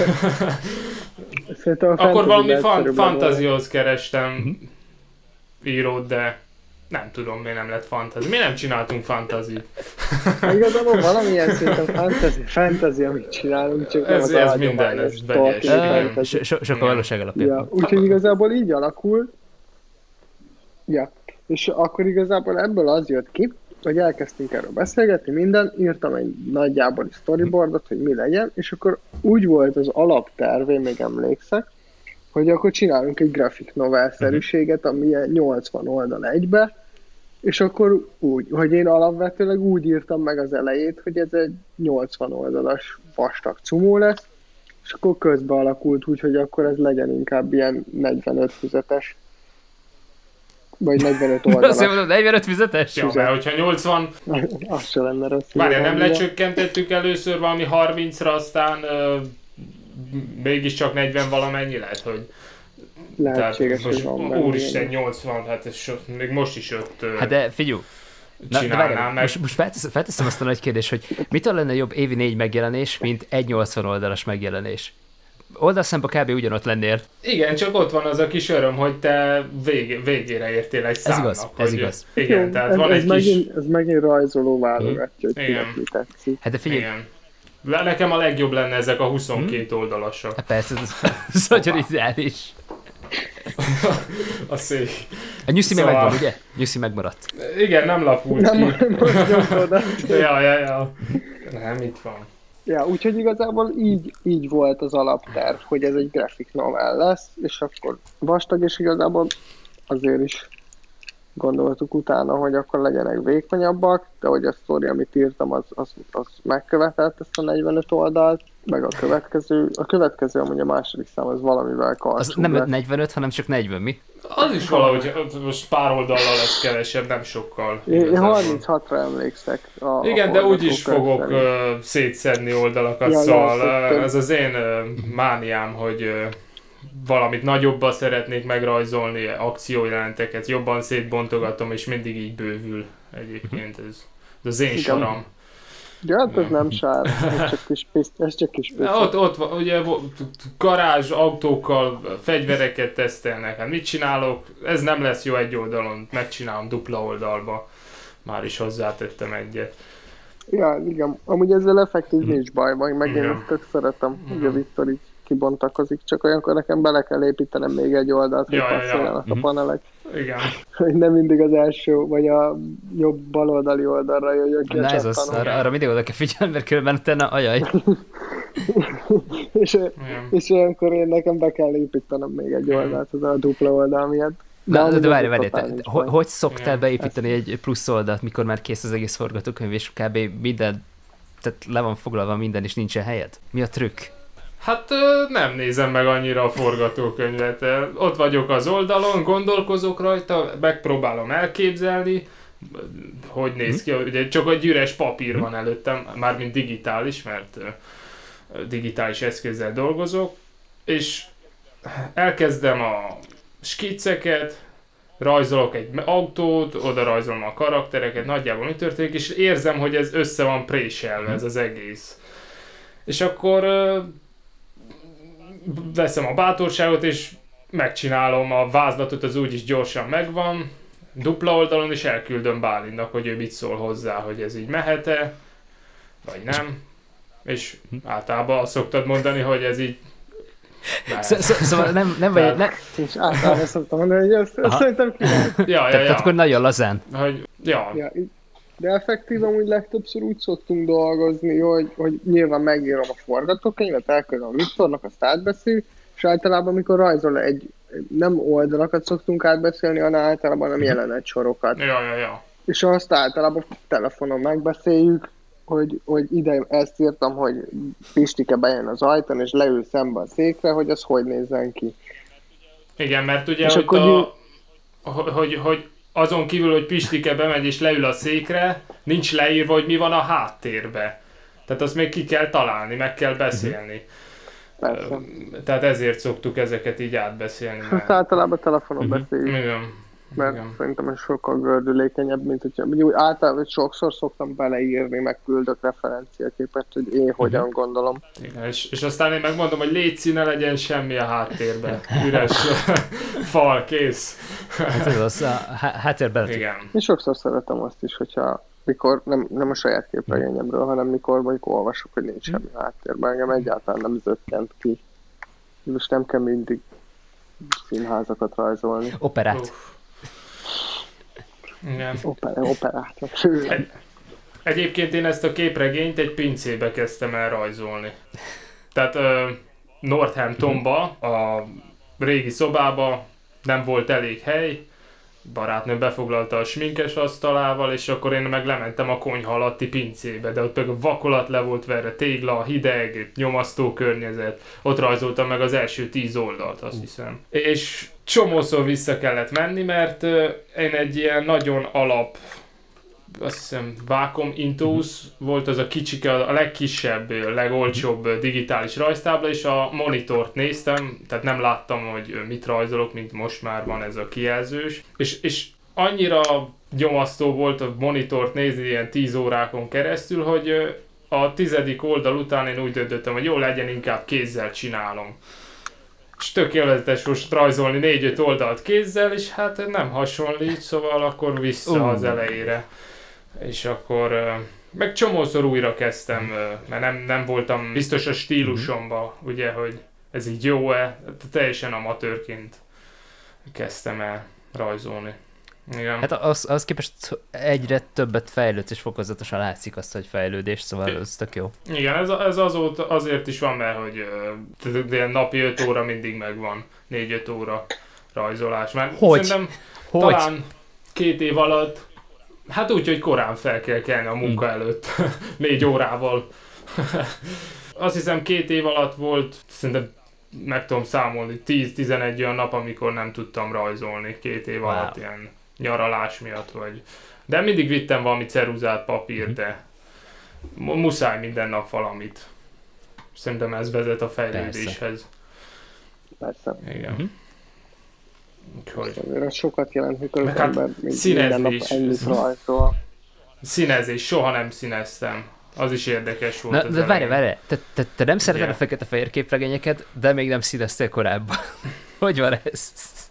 nem tudom. Akkor valami fan, fantazihoz kerestem uh-huh. írót, de nem tudom, miért nem lett fantasy. Miért nem csináltunk fantasy? Igazából valamilyen szinten fantasy, fantasy, amit csinálunk, csak ez, nem az ez minden, ez vegyes. Sok a valóság alapján. Ja, úgyhogy igazából így alakul. Ja, és akkor igazából ebből az jött ki, hogy elkezdtünk erről beszélgetni, minden, írtam egy nagyjából storyboardot, hogy mi legyen, és akkor úgy volt az alapterv, én még emlékszek, hogy akkor csinálunk egy graphic novel-szerűséget, ami nyolcvan oldal egybe, és akkor úgy, hogy én alapvetőleg úgy írtam meg az elejét, hogy ez egy nyolcvan oldalas vastag cumó lesz, és akkor közben alakult úgy, hogy akkor ez legyen inkább ilyen negyvenöt füzetes, vagy negyvenöt oldalas. Azt mondod, negyvenöt füzetes? Ja, mert hogyha nyolcvan... Az se lenne rossz. Várjál, nem lecsökkentettük először valami harmincra, aztán uh, mégiscsak negyven valamennyi lett, hogy... Lehetséges, hogy van. Úristen, nyolcvan, hát ez so, még most is ott uh, hát de figyelj, csinálnám meg. Most, most felteszem, felteszem azt a nagy kérdést, hogy mitől lenne jobb évi négy megjelenés, mint egy nyolcvan oldalas megjelenés? Oldalszámba kb. Ugyanott lennél. Igen, csak ott van az a kis öröm, hogy te vég, végére értél egy számnak. Ez igaz, ez igaz. Igen, jó, tehát ez, van ez egy megint, kis... Ez megint rajzoló válogatja, hogy kinek mi tetszik. Hát de figyelj. Igen. Nekem a legjobb lenne ezek a huszonkét hmm? oldalasok. Hát persze, ez, ez nagyon ideális. A szék. A nyuszi szóval... megvan, ugye? Nyuszi megmaradt. Igen, nem lapult nem, ki. Nem, ja, ja, ja. Nem, itt van. Ja, úgyhogy igazából így, így volt az alapterv, hogy ez egy graphic novel lesz, és akkor vastag, és igazából azért is gondoltuk utána, hogy akkor legyenek vékonyabbak, de hogy a sztori, amit írtam, az, az, az megkövetelt ezt a negyvenöt oldalt, meg a következő, a következő amúgy a második szám, az valamivel karcsúbb. Az nem negyvenöt, hanem csak negyven, mi? Az is valahogy, most pár oldallal lesz kevesebb, nem sokkal. Én, én harminchatra emlékszek. A, Igen, a de úgyis fogok uh, szerint. szétszedni oldalakat, Ja, szóval ja, uh, ez az én uh, mániám, hogy uh, valamit nagyobban szeretnék megrajzolni, akciójelenteket jobban szétbontogatom, és mindig így bővül egyébként. Ez, ez az én soram. Ja, hát ez nem sár, ez csak kis piszt, ez csak kis piszt. Ott, ott van, ugye garázs, autókkal, fegyvereket tesztelnek, hát mit csinálok? Ez nem lesz jó egy oldalon, megcsinálom dupla oldalba. Már is hozzátettem egyet. Ja, igen, amúgy ezzel effektív nincs baj, meg, meg én ezt tök szeretem, Mm. hogy a Viktor így kibontakozik, csak olyankor nekem bele kell építenem még egy oldalt, hogy Ja, ja, ja. passzoljanak a Mhm. panelek. Igen. Hogy nem mindig az első, vagy a jobb baloldali oldalra jöjjön ki a Na ez az, csattanó. arra, arra mindig oda kell figyelni, mert különben utána ajaj. és, Igen. és olyankor én nekem be kell építenem még egy oldalt, az a dupla oldal miatt. Na, amúgy de várj, az várj, totál te, nincs hogy, baj. hogy szoktál Igen. beépíteni egy plusz oldalt, mikor már kész az egész forgatókönyv, és kb. Minden, tehát le van foglalva minden, és nincsen helyed? Mi a trükk? Hát ö, nem nézem meg annyira a forgatókönyvet. Ö, Ott vagyok az oldalon, gondolkozok rajta, megpróbálom elképzelni, hogy néz ki. Ugye csak egy üres papír van előttem, mármint digitális, mert ö, digitális eszközzel dolgozok, és elkezdem a skicceket, rajzolok egy autót, oda rajzolom a karaktereket, nagyjából mi történik, és érzem, hogy ez össze van préselve, ez az egész. És akkor ö, veszem a bátorságot, és megcsinálom a vázlatot, az úgyis gyorsan megvan, dupla oldalon, és elküldöm Bálintnak, hogy ő mit szól hozzá, hogy ez így mehet-e, vagy nem. És általában azt szoktad mondani, hogy ez így mehet. Szó- szó- Szóval nem, nem vagy... Ne... És általában szoktam mondani, hogy ezt, ezt Aha. szerintem ki lehet. Ja, ja, Tehát ja. akkor nagyon lazán. Hogy, ja. Ja, így- de effektíven úgy legtöbbször úgy szoktunk dolgozni, hogy, hogy nyilván megírom a forgatókönyvet, elküldöm a Viktornak, azt átbeszél, és általában amikor rajzol egy, nem oldalakat szoktunk átbeszélni, hanem általában nem jelenet sorokat. Ja, ja, ja. És azt általában telefonon megbeszéljük, hogy, hogy ide ezt írtam, hogy Pistike bejön az ajtón, és leül szembe a székre, hogy az hogy nézzen ki. Igen, mert ugye, És hogy, akkor a, hogy, hogy azon kívül, hogy Pistike bemegy és leül a székre, nincs leírva, hogy mi van a háttérbe. Tehát azt még ki kell találni, meg kell beszélni. Persze. Tehát ezért szoktuk ezeket így átbeszélni. Azt általában telefonon Mhm. beszéljük. Igen. Mert Igen. szerintem ez sokkal gördülékenyebb, mint hogyha úgy általában sokszor szoktam beleírni, meg küldök referenciaképet, hogy én hogyan gondolom. Igen. És, és aztán én megmondom, hogy légy ne legyen semmi a háttérben. Üres fal, kész. Hát ez az, a há- háttérben. Igen. Én sokszor szeretem azt is, hogyha mikor, nem, nem a saját képregényemről, hanem mikor mondjuk olvasok, hogy nincs semmi háttérben, engem egyáltalán nem zökkent ki. Most nem kell mindig színházakat rajzolni. Operát. Uff. Igen. Opera, operát. Egy, egyébként én ezt a képregényt egy pincébe kezdtem el rajzolni. Tehát uh, Northamptonba, a régi szobába nem volt elég hely, barátnőm befoglalta a sminkes asztalával, és akkor én meg lementem a konyha alatti pincébe, de ott meg a vakolat le volt verve, tégla, hideg, nyomasztó környezet, ott rajzoltam meg az első tíz oldalt, azt hiszem. És csomószor vissza kellett menni, mert uh, én egy ilyen nagyon alap, azt hiszem Wacom Intuos volt az a kicsike, a legkisebb, legolcsóbb digitális rajztábla, és a monitort néztem, tehát nem láttam, hogy mit rajzolok, mint most már van ez a kijelzős. És, és annyira nyomasztó volt a monitort nézni ilyen tíz órákon keresztül, hogy a tizedik oldal után én úgy döntöttem, hogy jó legyen, inkább kézzel csinálom. És tök élvezetes most rajzolni négy-öt oldalt kézzel, és hát nem hasonlít, szóval akkor vissza Uh. az elejére. És akkor meg csomószor újra kezdtem, mert nem, nem voltam biztos a stílusomba, ugye, hogy ez így jó-e, teljesen amatőrként kezdtem el rajzolni. Igen. Hát az, az képest egyre többet fejlődsz, és fokozatosan látszik azt, hogy fejlődés, szóval ez tök jó. Igen, ez, ez azóta, azért is van, mert hogy uh, ilyen napi öt óra mindig megvan, négy-öt óra rajzolás. Mert Hogy? szerintem Hogy? talán két év alatt, hát úgy, hogy korán fel kell kelni a munka előtt, négy órával. Azt hiszem két év alatt volt, szerintem meg tudom számolni, tíz-tizenegy olyan nap, amikor nem tudtam rajzolni két év wow. alatt ilyen nyaralás miatt, vagy... De mindig vittem valami ceruzát, papírt, mm-hmm. de muszáj minden nap valamit. Szerintem ez vezet a fejlődéshez. Persze. Igen. Mm-hmm. Úgyhogy... Ez sokat jelent, mikor az hát ember minden nap ennyit rajzol. Színezés, soha nem színeztem. Az is érdekes volt. Na, de várj, várj, te, te, te nem szereted yeah. a fekete-fehér képregényeket, de még nem színeztél korábban. Hogy van ez?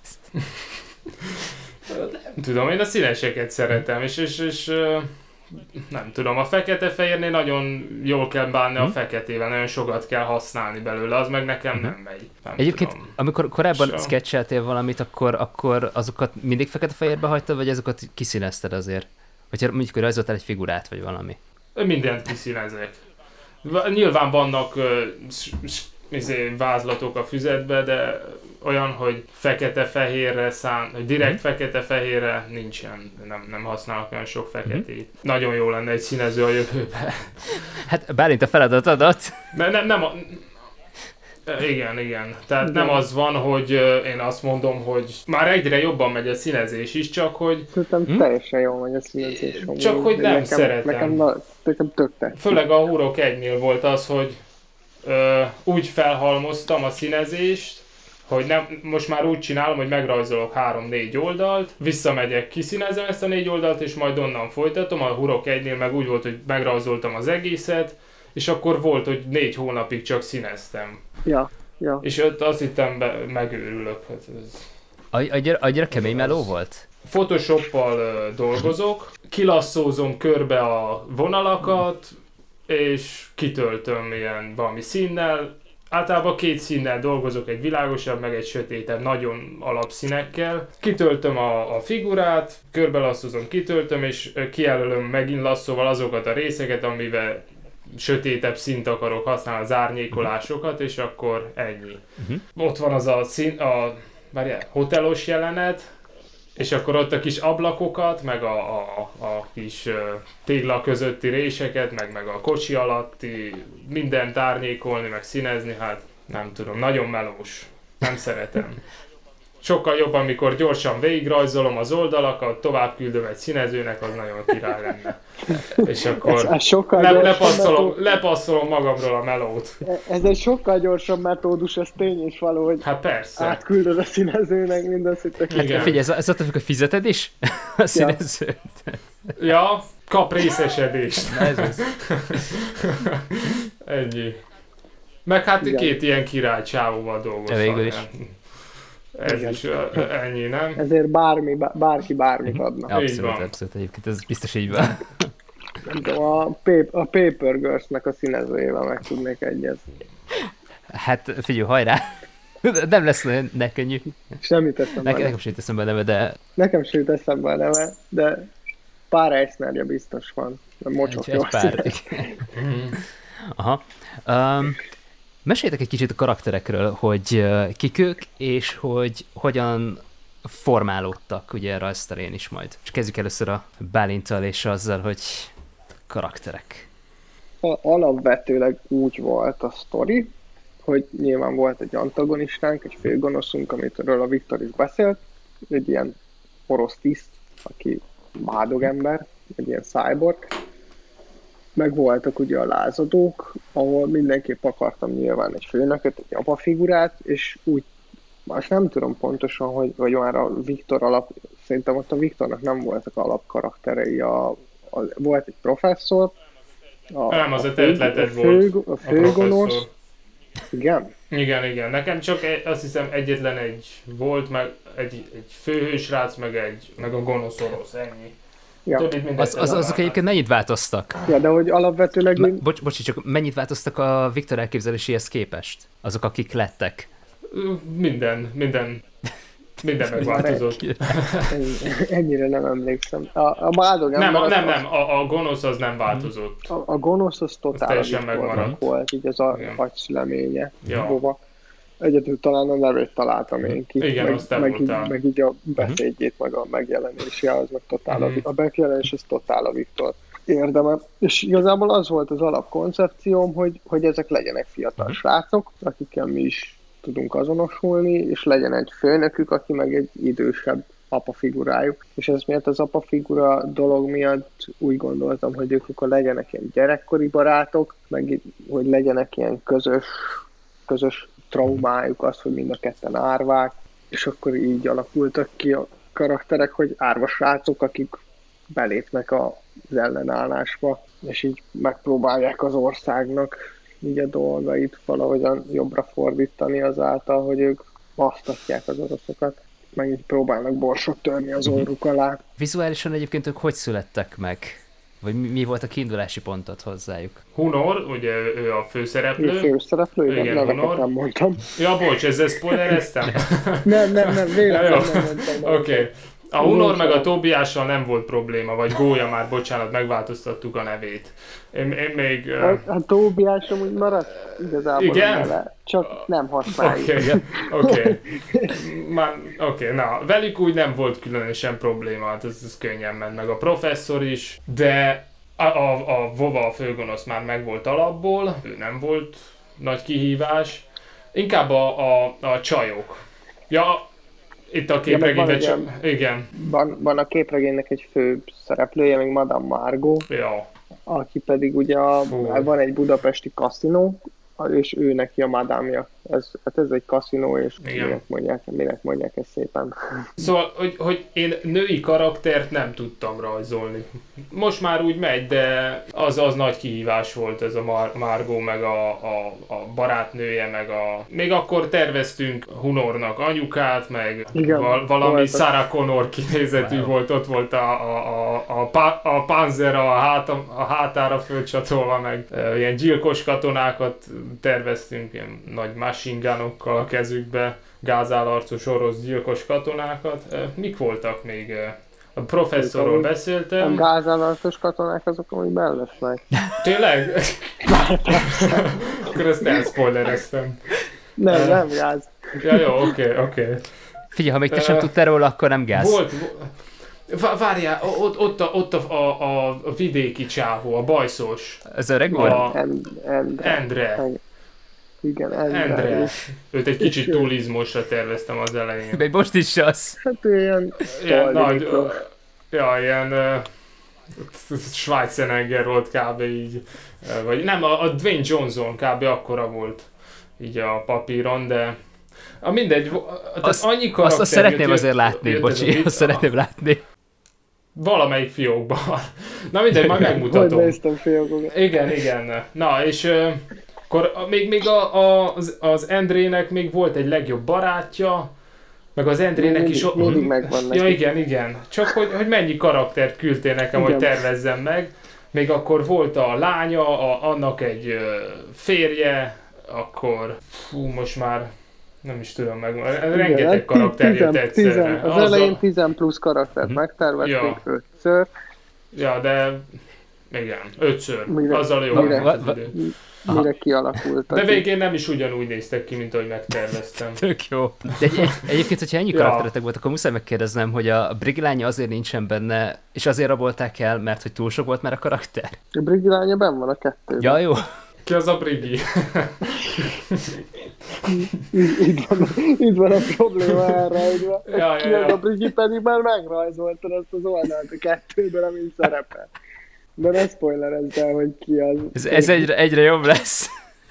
Nem tudom, én a színeseket szeretem, és, és, és nem tudom, a fekete-fehérnél nagyon jól kell bánni hmm. a feketével, nagyon sokat kell használni belőle, az meg nekem hmm. nem megy. Nem Egyébként, tudom. amikor korábban So. sketcheltél valamit, akkor, akkor azokat mindig fekete-fehérbe hagytad, vagy azokat kiszínezted azért? Vagy mondjuk, hogy rajzoltál egy figurát, vagy valami? Mindent kiszínezek. Nyilván vannak uh, vázlatok a füzetbe, de olyan, hogy fekete-fehérre szán, hogy direkt mm. fekete-fehérre nincsen, nem, nem használok olyan sok feketét. Mm. Nagyon jó lenne egy színező a jövőben. Hát Bálint a feladatodat. De nem, nem a... Igen, igen. Tehát igen. Nem az van, hogy én azt mondom, hogy már egyre jobban megy a színezés is, csak hogy... Szerintem hm? teljesen jól megy a színezés. Csak hogy nem nekem, szeretem. Nekem, na, nekem tök tetszik. Főleg a Hurok egynél volt az, hogy ö, úgy felhalmoztam a színezést, hogy nem, most már úgy csinálom, hogy megrajzolok három-négy oldalt, visszamegyek, kiszínezem ezt a négy oldalt, és majd onnan folytatom. A Hurok egynél meg úgy volt, hogy megrajzoltam az egészet, és akkor volt, hogy négy hónapig csak színeztem. Ja, ja. És ott azt hittem, be, megőrülök. Hát ez... Annyira, annyira kemény meló volt? Photoshoppal uh, dolgozok, kilasszózom körbe a vonalakat, és kitöltöm ilyen valami színnel. Általában két színnel dolgozok, egy világosabb, meg egy sötétebb, nagyon alapszínekkel. Kitöltöm a, a figurát, körbe lasszózom, kitöltöm, és kijelölöm megint lasszóval azokat a részeket, amivel sötétebb színt akarok használni, az árnyékolásokat, és akkor ennyi. Uh-huh. Ott van az a szín, a várjál, hotelos jelenet, és akkor ott a kis ablakokat, meg a, a, a kis uh, tégla közötti réseket, meg, meg a kocsi alatti mindent árnyékolni, meg színezni, hát nem tudom, nagyon melós. Nem szeretem. Sokkal jobb, amikor gyorsan végigrajzolom az oldalakat, tovább küldöm egy színezőnek, az nagyon király lenne. És akkor ez, ez le, lepasszolom, metód... lepasszolom magamról a melót. Ez egy sokkal gyorsabb metódus, ez tény és való, hogy hát persze. Átküldöd a színezőnek mindazt, hogy te hát figyelj, ez, ez attól függ, hogy fizeted is a színezőt. Ja, ja, kap részesedést. Na ez az. Ennyi. Meg hát igen. Két ilyen király csávóval dolgoztam. Végül is. Ez igen. Is ennyi, nem? Ezért bármi, bárki bármit adna. Abszolút, abszolút, egyébként ez biztos így van. Nem tudom, a, pap- a Paper Girls-nek a színezőjével meg tudnék egyezni. Hát figyelj, hajrá! Nem lesz ne könnyű. Semmit eszembe. Nekem, nekem sem jut eszembe a neve, de... Nekem sem jut eszembe a neve, de pár Eisnerje biztos van. Mocsok egy, egy pár. Aha. Um, Meséljetek egy kicsit a karakterekről, hogy kik ők, és hogy hogyan formálódtak ugye rajzterén is majd. És kezdjük először a Bálinttal és azzal, hogy karakterek. Alapvetőleg úgy volt a sztori, hogy nyilván volt egy antagonistánk, egy főgonoszunk, amitől a Viktor is beszélt, egy ilyen orosz tiszt, aki vádogember, egy ilyen cyborg. Meg voltak ugye a lázadók, ahol mindenképp akartam nyilván egy főnököt, egy apafigurát, és úgy, most nem tudom pontosan, hogy, hogy már a Viktor alap, szerintem ott a Viktornak nem voltak alapkarakterei, a, a, volt egy professzor, a, nem, az a, fő, a, fő, volt a főgonosz. Igen? Igen, igen. Nekem csak egy, azt hiszem egyetlen egy volt, meg egy, egy főhősrác, meg, egy, meg a gonosz orosz, ennyi. Ja. Az, az, azok egyébként mennyit változtak? Ja, de hogy alapvetőleg... Me, bocs, bocsi, csak mennyit változtak a Viktor elképzeléséhez képest? Azok, akik lettek? Minden, minden, minden megváltozott. Ennyire nem emlékszem. A, a bádog nem, a, nem, nem, a, a gonosz az nem változott. A, a gonosz az totál az megmaradt volt, így az a agyszüleménye. Ja. Hova. Egyedül talán a nevét találtam én ki. Igen, meg, azt te meg, így, voltál. meg így a beszédjét, meg a megjelenése, az meg totál mm-hmm. a, a megjelenés az totál a Viktor. érdeme. És igazából az volt az alapkoncepcióm, hogy, hogy ezek legyenek fiatal uh-huh. srácok, akikkel mi is tudunk azonosulni, és legyen egy főnökük, aki meg egy idősebb apafigurájuk. És ez miatt az apafigura dolog miatt úgy gondoltam, hogy ők akkor legyenek ilyen gyerekkori barátok, meg hogy legyenek ilyen közös, közös traumájuk az, hogy mind a ketten árvák, és akkor így alakultak ki a karakterek, hogy árva srácok, akik belépnek az ellenállásba, és így megpróbálják az országnak így a dolgait valahogyan jobbra fordítani azáltal, hogy ők basztatják az oroszokat, meg így próbálnak borsot törni az orruk alá. Vizuálisan egyébként ők hogy születtek meg? Vagy mi, mi volt a kiindulási pontot hozzájuk? Hunor, ugye ő a főszereplő. Ő főszereplő, igen, igen, neveket Hunor. nem mondtam. Ja, bocs, ezzel spoilereztem? nem, nem, nem, véletlenül nem mondtam. Oké. Okay. A Hunor meg a Tóbiással nem volt probléma, vagy Gólya már, bocsánat, megváltoztattuk a nevét. Én, én még... Uh... A, a Tóbiás amúgy maradt igazából igen? neve, csak nem használjuk. Oké, okay. oké. Okay. okay. Na, velük úgy nem volt különösen probléma, hát ez, ez könnyen ment meg a professzor is, de a, a, a Vova, a főgonosz már meg volt alapból, ő nem volt nagy kihívás, inkább a, a, a csajok. Ja, itt a képregényben ja, csak... Igen. Van, van a képregénynek egy fő szereplője, még Madame Margot, ja. aki pedig ugye a, van egy budapesti kaszinó, és ő neki a madámja. Ez, hát ez egy kaszinó, és minek mondják, minek mondják ezt szépen. Szóval, hogy, hogy én női karaktert nem tudtam rajzolni. Most már úgy megy, de az, az nagy kihívás volt ez a Mar- Margot, meg a, a, a barátnője, meg a... Még akkor terveztünk Hunornak anyukát, meg igen, val- valami Sarah Connor kinézetű wow. volt, ott volt a, a, a, a, pa- a Panzer a, hátam, a hátára fölcsatolva, meg e, ilyen gyilkos katonákat terveztünk, ilyen nagy machine gunokkal a kezükbe, gázálarcos orosz gyilkos katonákat. Mik voltak még? A professzorról beszéltem. A gázálarcos katonák azok, amik bellesznek. Tényleg? Akkor ezt elspoilereztem. Nem, uh, nem gáz. Ja, jó, oké, okay, oké. Okay. Figyelj, ha még te uh, sem tudtál róla, akkor nem gáz. Volt, vo- várjál, ott, ott, a, ott a, a, a vidéki csávó, a bajszos. Ez öreg volt? A... Endre. Endre. Igen, Endre. Endre. Őt egy kicsit túl izmosra terveztem az elején. Még most is az. Hát ilyen... Ilyen nagy... Ja, ilyen... Uh, Schwarzenegger volt kb. Így. Uh, vagy nem, a, a Dwayne Johnson kb. Akkora volt így a papíron, de... A mindegy, azt, annyi karakter... Azt, azt szeretném jött, azért látni, jött, bocsi, azt szeretném látni. Valamelyik fiókban. Na mindegy, majd megmutatom. Hogy néztem fiókokat. Igen, igen. Na, és... Uh, akkor még, még a, a, az, az Endrének még volt egy legjobb barátja, meg az Endrének mindig, is... Mindig megvan neki. Ja, igen, igen. Csak hogy, hogy mennyi karaktert küldtél nekem, igen. Hogy tervezzem meg. Még akkor volt a lánya, a, annak egy ö, férje, akkor... Fú, most már nem is tudom meg... Rengeteg igen, karakter jött egyszerre. Az Azzal... elején tíz plusz karaktert hmm. megtervezték ja. ötször. Ja, de... Igen, ötször. Mire, azzal jó. Mire, va, va, mire kialakult. De végén nem is ugyanúgy néztek ki, mint ahogy megterveztem. Tök jó. De egy, egy, egyébként, hogyha ennyi ja. karakteretek volt, akkor muszáj megkérdeznem, hogy a Brigilánya azért nincsen benne, és azért rabolták el, mert hogy túl sok volt már a karakter. A Brigilánya benn van a kettőben. Ja, jó. Ki az a Brigi? Itt van, itt van a probléma elrejtve. Ja, Ki ja, az ja. a Brigi, pedig már megrajzoltad azt az oldalt a kettőben, amin szerepel. De ne spoilerezd el, hogy ki az. Ez, ez egyre, egyre jobb lesz.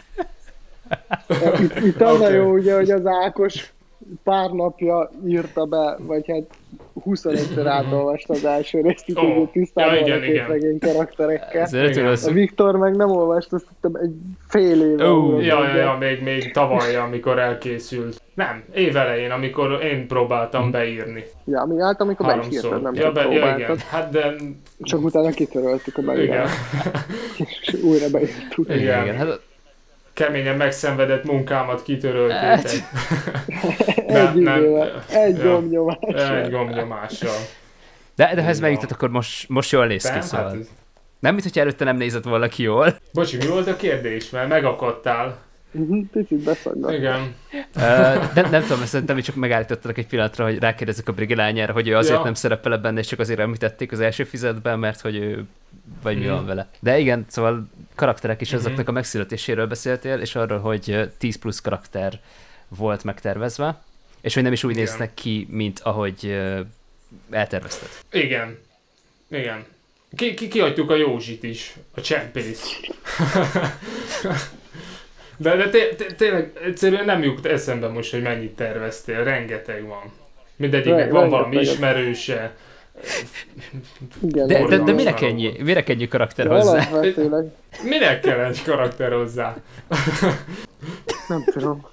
Itt, itt az okay. A jó, ugye, hogy az Ákos pár napja írta be, vagy hát huszonegyszer átolvasta az első részt, így oh. tisztában ja, van a képregény karakterekkel. A Viktor meg nem olvast, azt hittem egy fél éve. Oh. Ja, ja, ja, még, még tavaly, amikor elkészült. Nem, évelején, amikor én próbáltam beírni. Ja, mi állt, amikor be is írtad, nem ja, be, ja, igen. Hát de... Csak utána kitöröltük a beírást. És újra beírtuk. Igen, igen. igen. Hát... Keményen megszenvedett munkámat kitöröltétek. egy idővel, egy ja, gomnyomással. Egy gomnyomással. De, de ha ez megjutott, akkor most, most jól néz ki, szóval. Hát ez... Nem, mint hogyha előtte nem nézett volna ki jól. Bocsi, mi volt a kérdés? Mert megakadtál. Picit beszaggat. Igen. Uh, nem, nem tudom, szerintem csak megállítottak egy pillanatra, hogy rákérdezzük a Brigi lányára, hogy ő azért ja. nem szerepel benne, és csak azért említették az első fizetben, mert hogy ő vagy mi Mhm. van vele. De igen, szóval karakterek is Mhm. azoknak a megszületéséről beszéltél, és arról, hogy tíz plusz karakter volt megtervezve, és hogy nem is úgy Igen. néznek ki, mint ahogy ö, eltervezted. Igen. Igen. Ki, ki, kihagytuk a Józsit is, a csempészt. De, de té, té, tényleg egyszerűen nem jut eszembe most, hogy mennyit terveztél, rengeteg van. Mindegyiknek Re- van valami rengeteget. ismerőse. Igen, De, de, de Borzalmas minek valóban. ennyi, minek ennyi karakter de hozzá? alapvetőleg Minek kell egy karakter hozzá? nem tudom.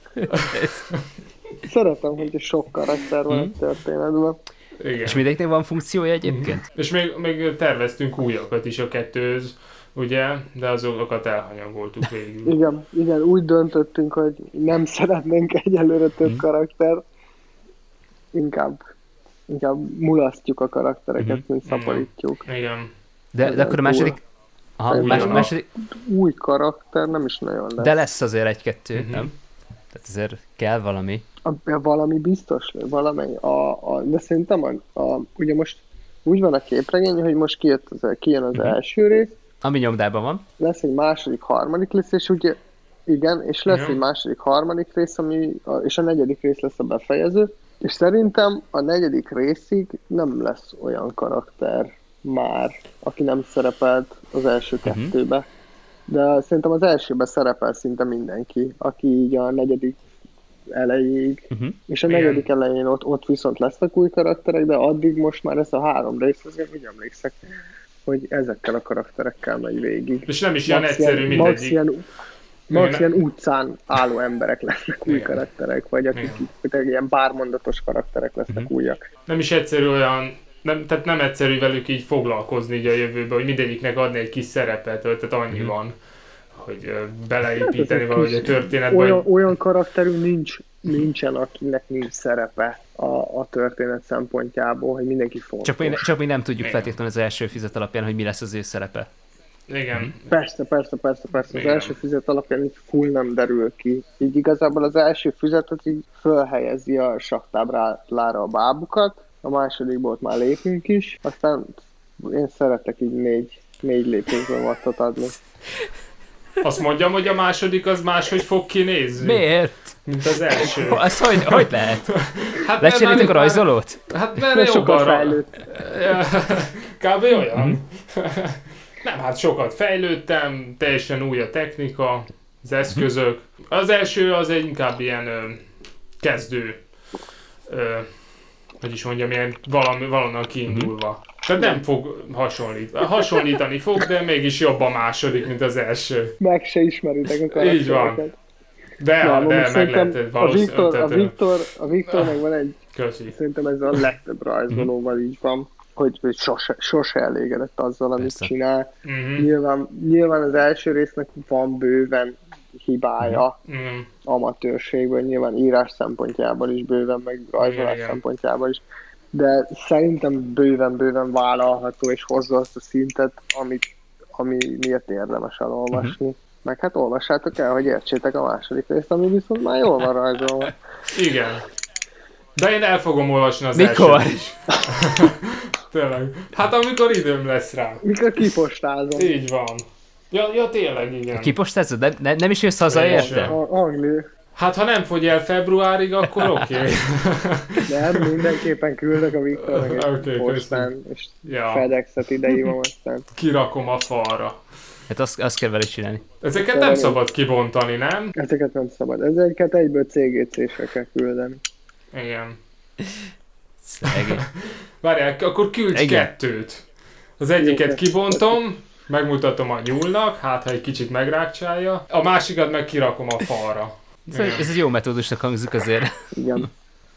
Szeretem, hogy sok karakter van Mhm. a történetben. Igen. És mindegyiknek van funkciója egyébként? És még, még terveztünk újakat is a kettőhöz, ugye? De azokat elhanyagoltuk végül. Igen, igen, úgy döntöttünk, hogy nem szeretnénk egyelőre több Mhm. karakter. Inkább, inkább mulasztjuk a karaktereket, Mhm. mint szaporítjuk. Igen. De, de akkor a második... Aha, Igen. más, második... Új karakter nem is nagyon lesz. De lesz azért egy-kettő, Mhm. nem? Tehát azért kell valami. A, valami biztos, valami, a, a, de szerintem a, a, ugye most úgy van a képregény, hogy most kijött az, kijön az Mhm. első rész, Ami nyomdában van. lesz egy második, harmadik rész, és ugye igen, és lesz Igen. egy második, harmadik rész, ami, a, és a negyedik rész lesz a befejező, és szerintem a negyedik részig nem lesz olyan karakter már, aki nem szerepelt az első Mhm. kettőbe. De szerintem az elsőben szerepel szinte mindenki, aki így a negyedik elejéig, Uh-huh. és a Igen. negyedik elején ott, ott viszont lesznek új karakterek, de addig most már ez a három rész, azért úgy emlékszek, hogy ezekkel a karakterekkel megy végig. És nem is ilyen Max egyszerű ilyen, max mindegyik. ilyen, max Igen. ilyen utcán álló emberek lesznek új Igen. karakterek, vagy akik Igen. tényleg ilyen pármondatos karakterek lesznek Mhm. újak. Nem is egyszerű olyan, nem, tehát nem egyszerű velük így foglalkozni így a jövőben, hogy mindegyiknek adni egy kis szerepet, tehát annyi Mhm. van, hogy ö, beleépíteni Hát ez egy valahogy a kis- történetbe. Olyan, hogy- olyan karakterű nincs, nincsen, akinek nincs szerepe a, a történet szempontjából, hogy mindenki fontos. Csak mi, csak mi nem tudjuk Igen. feltétlenül az első fizet alapján, hogy mi lesz az ő szerepe. Igen. Persze, persze, persze, persze. Az Igen. első füzet alapján így full nem derül ki. Így igazából az első füzet az így fölhelyezi a saktáblára a bábukat, a másodikból ott már lépünk is, aztán én szeretek így négy, négy lépésben vattot adni. Azt mondjam, hogy a második az máshogy fog kinézni, Miért? mint az első. Az hogy, hogy lehet? Hát, mert Lecseréljük a már- rajzolót? Hát De mert sokat jobban ra- fejlődt. Kb. olyan. Nem, hát sokat fejlődtem, teljesen új a technika, az eszközök. Az első az egy inkább ilyen ö, kezdő, ö, hogy is mondjam, ilyen valami, valonnan kiindulva. Tehát nem fog hasonlítani. Hasonlítani fog, de mégis jobb a második, mint az első. Meg se ismeritek a karaktereket. Így van. De, Nem, de most meg szerintem lehet a Viktor, a valószínűleg. Viktor, a Viktornak van egy, Köszi. szerintem ez a legtöbb rajzolóval így van, hogy, hogy sose, sose elégedett azzal, amit Persze. csinál. Mhm. Nyilván, nyilván az első résznek van bőven hibája Mhm. amatőrségből, nyilván írás szempontjából is bőven, meg rajzolás Igen. szempontjából is, de szerintem bőven-bőven vállalható és hozza azt a szintet, amit, ami miatt érdemes elolvasni. Mhm. Meg hát olvassátok el, hogy értsétek a második részt, ami viszont már jól van rajzolva. Igen. De én el fogom olvasni az Mikor? elsőt is. Tényleg. Hát amikor időm lesz rá. Mikor kipostázom. Így van. Ja, ja tényleg, igen. Kipostázod? Nem, ne, nem is jössz haza Én érte? sem. A- Angli. Hát ha nem fogy el februárig, akkor oké. Okay. Nem, mindenképpen küldök a Viktornak egy Oké, postán, és Ja, FedEx-et idehívom aztán. kirakom a falra. Hát azt, azt kell vele csinálni. Ezeket nem szabad kibontani, nem? Ezeket nem szabad. Ezeket egyből cé gé cé-sre kell küldeni. Igen. Szegény. Várjál, akkor küldj Igen. kettőt. Az egyiket Jó, kibontom, megmutatom a nyúlnak, hát ha egy kicsit megrákcsálja. A másikat meg kirakom a falra. Ez, egy- ez egy jó metódusnak hangzik azért. Igen.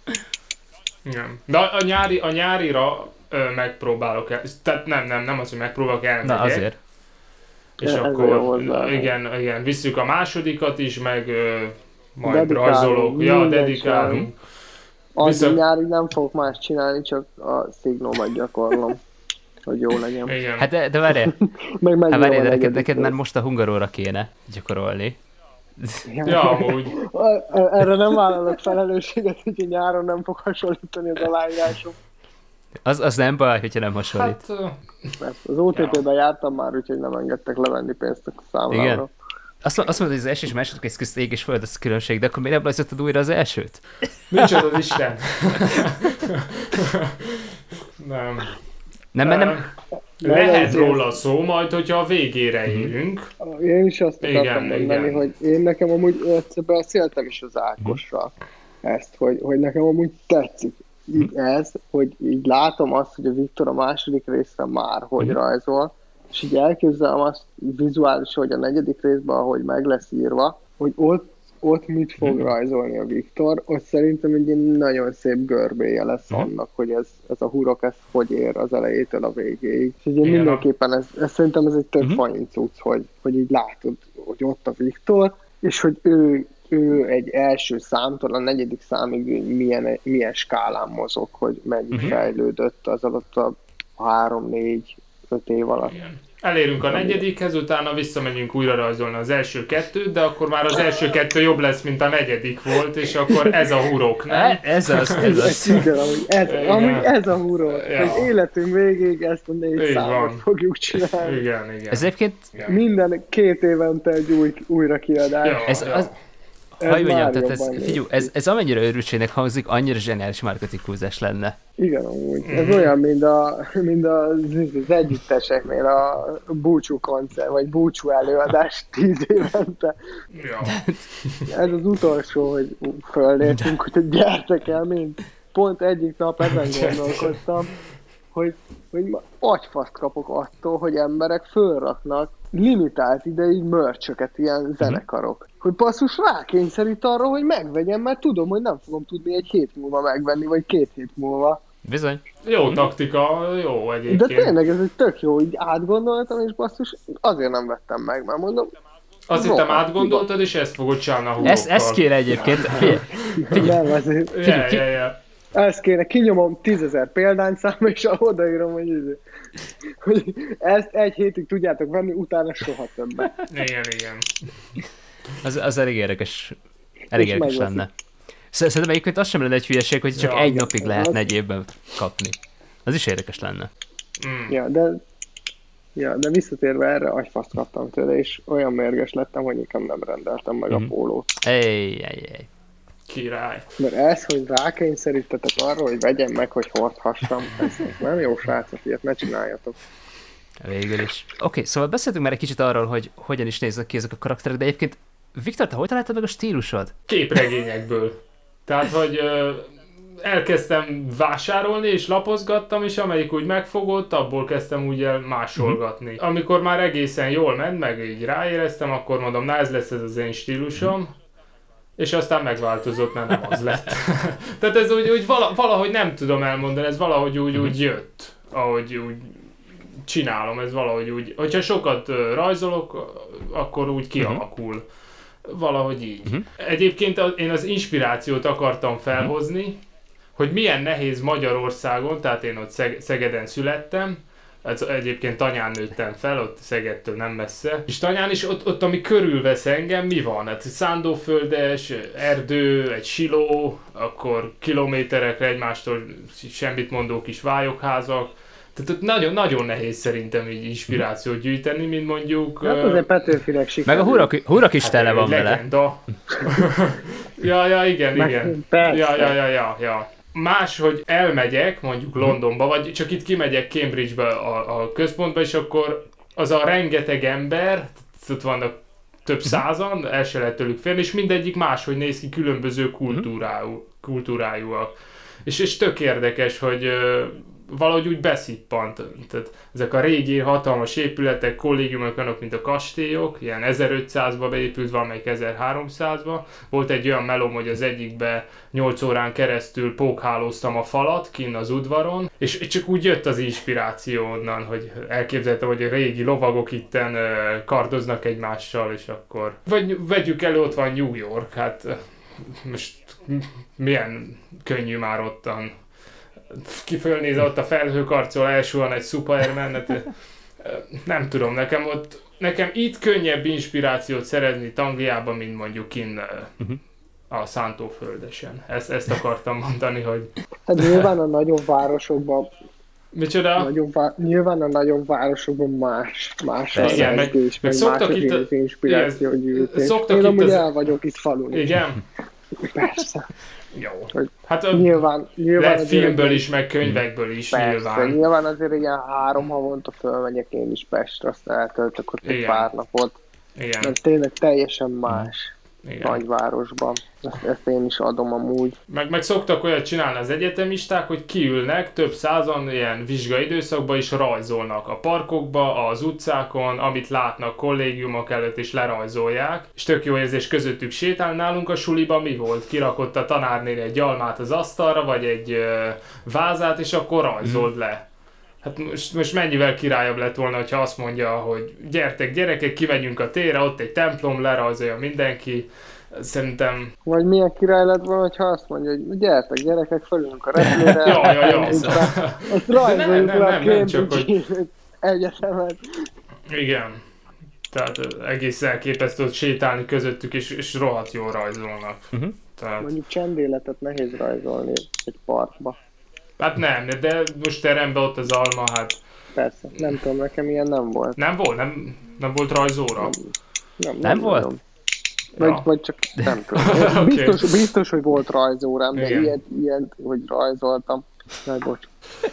Igen. De a, a, nyári, a nyárira ö, megpróbálok el, tehát nem, nem, nem az, hogy megpróbálok elmegyek. Na azért. És Ez- ez akkor jó hozzá. igen, igen, visszük a másodikat is, meg ö, majd Dedikálunk, rajzolók. Ja, mindent dedikálunk. Addig Viszont- nyárig nem fogok más csinálni, csak a szignómat gyakorlom, hogy jó legyen. Igen. Hát de, de várjál, Meg hát megírom várjál, a de neked, negyedik neked már részt. most a hungaróra kéne gyakorolni. Ja, amúgy. Erre nem vállalok felelősséget, hogy nyáron nem fog hasonlítani az aláírásom. Az, az nem baj, hogyha nem hasonlít. Hát, az o té pé-ben jártam már, úgyhogy nem engedtek levenni pénzt a számlára. Igen. Azt, azt mondod, hogy az első és másodikrész közt ég és föld, az különbség, de akkor miért nem rajzoltad újra az elsőt? Micsoda az Isten? nem. Nem, mert nem... Lehet róla szó, majd, hogyha a végére érünk. Én is azt Igen, akartam mondani, igen. hogy én nekem amúgy egyszer beszéltem is az Ákossal ezt, hogy, hogy nekem amúgy tetszik így ez, hogy így látom azt, hogy a Viktor a második részre már hogy rajzol, és így elképzelem azt vizuálisan, hogy a negyedik részben, ahogy meg lesz írva, hogy ott, ott mit fog rajzolni a Viktor, ott szerintem egy ilyen nagyon szép görbéje lesz annak, hogy ez, ez a hurok ez hogy ér az elejétől a végéig. És ugye mindenképpen ez, ez szerintem ez egy tök uh-huh. funny cucc, hogy, hogy így látod, hogy ott a Viktor, és hogy ő, ő egy első számtól a negyedik számig milyen, milyen skálán mozog, hogy mennyit uh-huh. fejlődött az alatt a három, négy, öt év alatt. Igen. Elérünk a negyedikhez, utána visszamegyünk újra rajzolni az első kettőt, de akkor már az első kettő jobb lesz, mint a negyedik volt, és akkor ez a hurok, nem? Ez az, ez az. Igen, amúgy ez, amúgy ez a hurok, Ja. hogy életünk végéig ezt a négy Így számot van. fogjuk csinálni. Igen, igen. Ez egyébként, igen. Minden két évente egy új újra kiadás. Ja, ez ja. az, Ez hogy mondjam, már tehát ez, jobban néz figyelj, ez, ez amennyire őrültségnek hangzik, annyira zseniális marketinghúzás lenne. Igen, amúgy. Ez olyan, mint, a, mint az, az együtteseknél a búcsú koncert, vagy búcsú előadás tíz évente. Ja. Ez az utolsó, hogy fölléptünk, hogy gyertek el, mint pont egyik nap ezen gondolkodtam, hogy, hogy ma agyfaszt kapok attól, hogy emberek fölraknak limitált ideig mörcsöket, ilyen zenekarok. Hogy basszus rákényszerít arra, hogy megvegyem, mert tudom, hogy nem fogom tudni egy hét múlva megvenni, vagy két hét múlva. Bizony. Jó taktika, jó egyébként. De tényleg ez egy tök jó, így átgondoltam, és basszus, azért nem vettem meg, mert mondom, Azt hittem átgondoltad, és ezt fogod csinálni a húrokkal. Ez, ez kéne egyébként. Figyelj, figyelj. nem, azért, Ja, ja, ja. ezt kéne, kinyomom tízezer példányszámba, és odaírom, hogy, izé, hogy ezt egy hétig tudjátok venni, utána soha többet. Igen, igen. Az, az elég érdekes, elég És érdekes megveszik. lenne. Szerintem egyébként az sem lenne egy hülyeség, hogy csak Ja, egy igen. napig lehetne egy évben kapni. Az is érdekes lenne. Mm. Ja, de, ja, de visszatérve erre, agyfaszt kaptam tőle, és olyan mérges lettem, hogy nekem nem rendeltem meg Mhm. a pólót. Ej, ej, ej. Király. Mert ez, hogy rákényszerítetek arra, hogy vegyem meg, hogy hordhassam, ez nem jó srácok, ilyet ne csináljatok. Végül is. Oké, okay, szóval beszéltünk már egy kicsit arról, hogy hogyan is néznek ki ezek a karakterek, de egyébként Viktor, te hogy találtad meg a stílusod? Képregényekből. Tehát, hogy ö, elkezdtem vásárolni, és lapozgattam, és amelyik úgy megfogott, abból kezdtem úgy el másolgatni. Mhm. Amikor már egészen jól ment, meg így ráéreztem, akkor mondom, na ez lesz ez az én stílusom. És aztán megváltozott, mert nem az lett. Tehát ez úgy, úgy vala, valahogy nem tudom elmondani, ez valahogy úgy, úgy jött, ahogy úgy csinálom, ez valahogy úgy, hogyha sokat ö, rajzolok, akkor úgy kialakul. Valahogy így. Uh-huh. Egyébként az, én az inspirációt akartam felhozni, hogy milyen nehéz Magyarországon, tehát én ott Szeg- Szegeden születtem, ez egyébként Tanyán nőttem fel, ott Szegedtől nem messze. És Tanyán is ott, ott ami körülvesz engem, mi van? Hát szándóföldes, erdő, egy siló, akkor kilométerekre egymástól semmit mondó kis vályokházak. Tehát ott nagyon, nagyon nehéz szerintem így inspirációt gyűjteni, mint mondjuk... Hát azért Petőfinek sikerül. Meg a hurak, hurak is tele egy van vele. legenda. ja, ja, igen, Meg- igen. persze. Ja, ja, ja, ja, ja. Más, hogy elmegyek mondjuk Londonba, vagy csak itt kimegyek Cambridgebe a, a központba, és akkor az a rengeteg ember, ott vannak több százan, el se lehet tőlük férni, és mindegyik máshogy néz ki, különböző kultúrájú, kultúrájúak. És, és tök érdekes, hogy ö, valahogy úgy beszippant. Tehát ezek a régi hatalmas épületek, kollégiumok, olyanok, mint a kastélyok, ilyen ezerötszázba beépült, valamelyik ezerháromszázba. Volt egy olyan melóm, hogy az egyikbe nyolc órán keresztül pókhálóztam a falat kinn az udvaron, és csak úgy jött az inspiráció onnan, hogy elképzeltem, hogy a régi lovagok itten ö, kardoznak egymással, és akkor... Vagy vegyük elő, ott van New York, hát ö, most milyen könnyű már ottan. Ki fölnéz ott a felhőkarcol, elsuhan egy Superman, hát, nem tudom, nekem ott, nekem itt könnyebb inspirációt szerezni Angliában, mint mondjuk in uh-huh. a szántóföldesen. Ezt, ezt akartam mondani, hogy... Hát nyilván a nagyobb városokban Micsoda? Nagyobb vá- nyilván a nagyobb városokban más, más a Igen, meg- rezgés, meg meg szoktak más itt a- az inspirációgyűjtés. szoktak Én itt amúgy az- el vagyok itt falun. Igen? Persze. Jó. Hogy Hát a, Nyilván, nyilván lehet azért filmből egy- is, meg könyvekből is Persze, nyilván. nyilván azért ilyen három havonta fölmegyek én is Pestre, aztán eltöltök ott egy Igen. pár napot. Igen, Mert tényleg teljesen más igen. nagyvárosban. Ezt, ezt én is adom amúgy. Meg, meg szoktak olyat csinálni az egyetemisták, hogy kiülnek több százan ilyen vizsgaidőszakban is rajzolnak a parkokba, az utcákon, amit látnak kollégiumok előtt is lerajzolják, és tök jó érzés közöttük sétálni. Nálunk a suliban mi volt? Kirakott a tanárnéni egy almát az asztalra, vagy egy ö, vázát, és akkor rajzold le. Hát most, most mennyivel királyabb lett volna, hogyha azt mondja, hogy gyertek gyerekek, kimegyünk a térre, ott egy templom, lerajzolja mindenki. Szerintem... Vagy milyen király lett volna, ha azt mondja, hogy gyertek gyerekek, fölülünk a repülőre. Ja, ja, ja. Azt De nem, rajzoljuk nem, le a nem, nem, csak Cambridge egyetemet. Igen. Tehát egész elképesztő ott sétálni közöttük, és, és rohadt jól rajzolnak. Uh-huh. Tehát, Mondjuk csendéletet nehéz rajzolni egy parkba. hát nem, de most teremben ott az alma, hát Persze, nem tudom, nekem ilyen nem volt. nem volt, nem, nem volt rajzóra. Nem, Nem volt? tudom. Vagy, Ja. vagy csak nem tudom. Oké. Biztos, biztos, hogy volt rajzórám, de Igen. ilyet, ilyet, hogy rajzoltam. Na, bocs.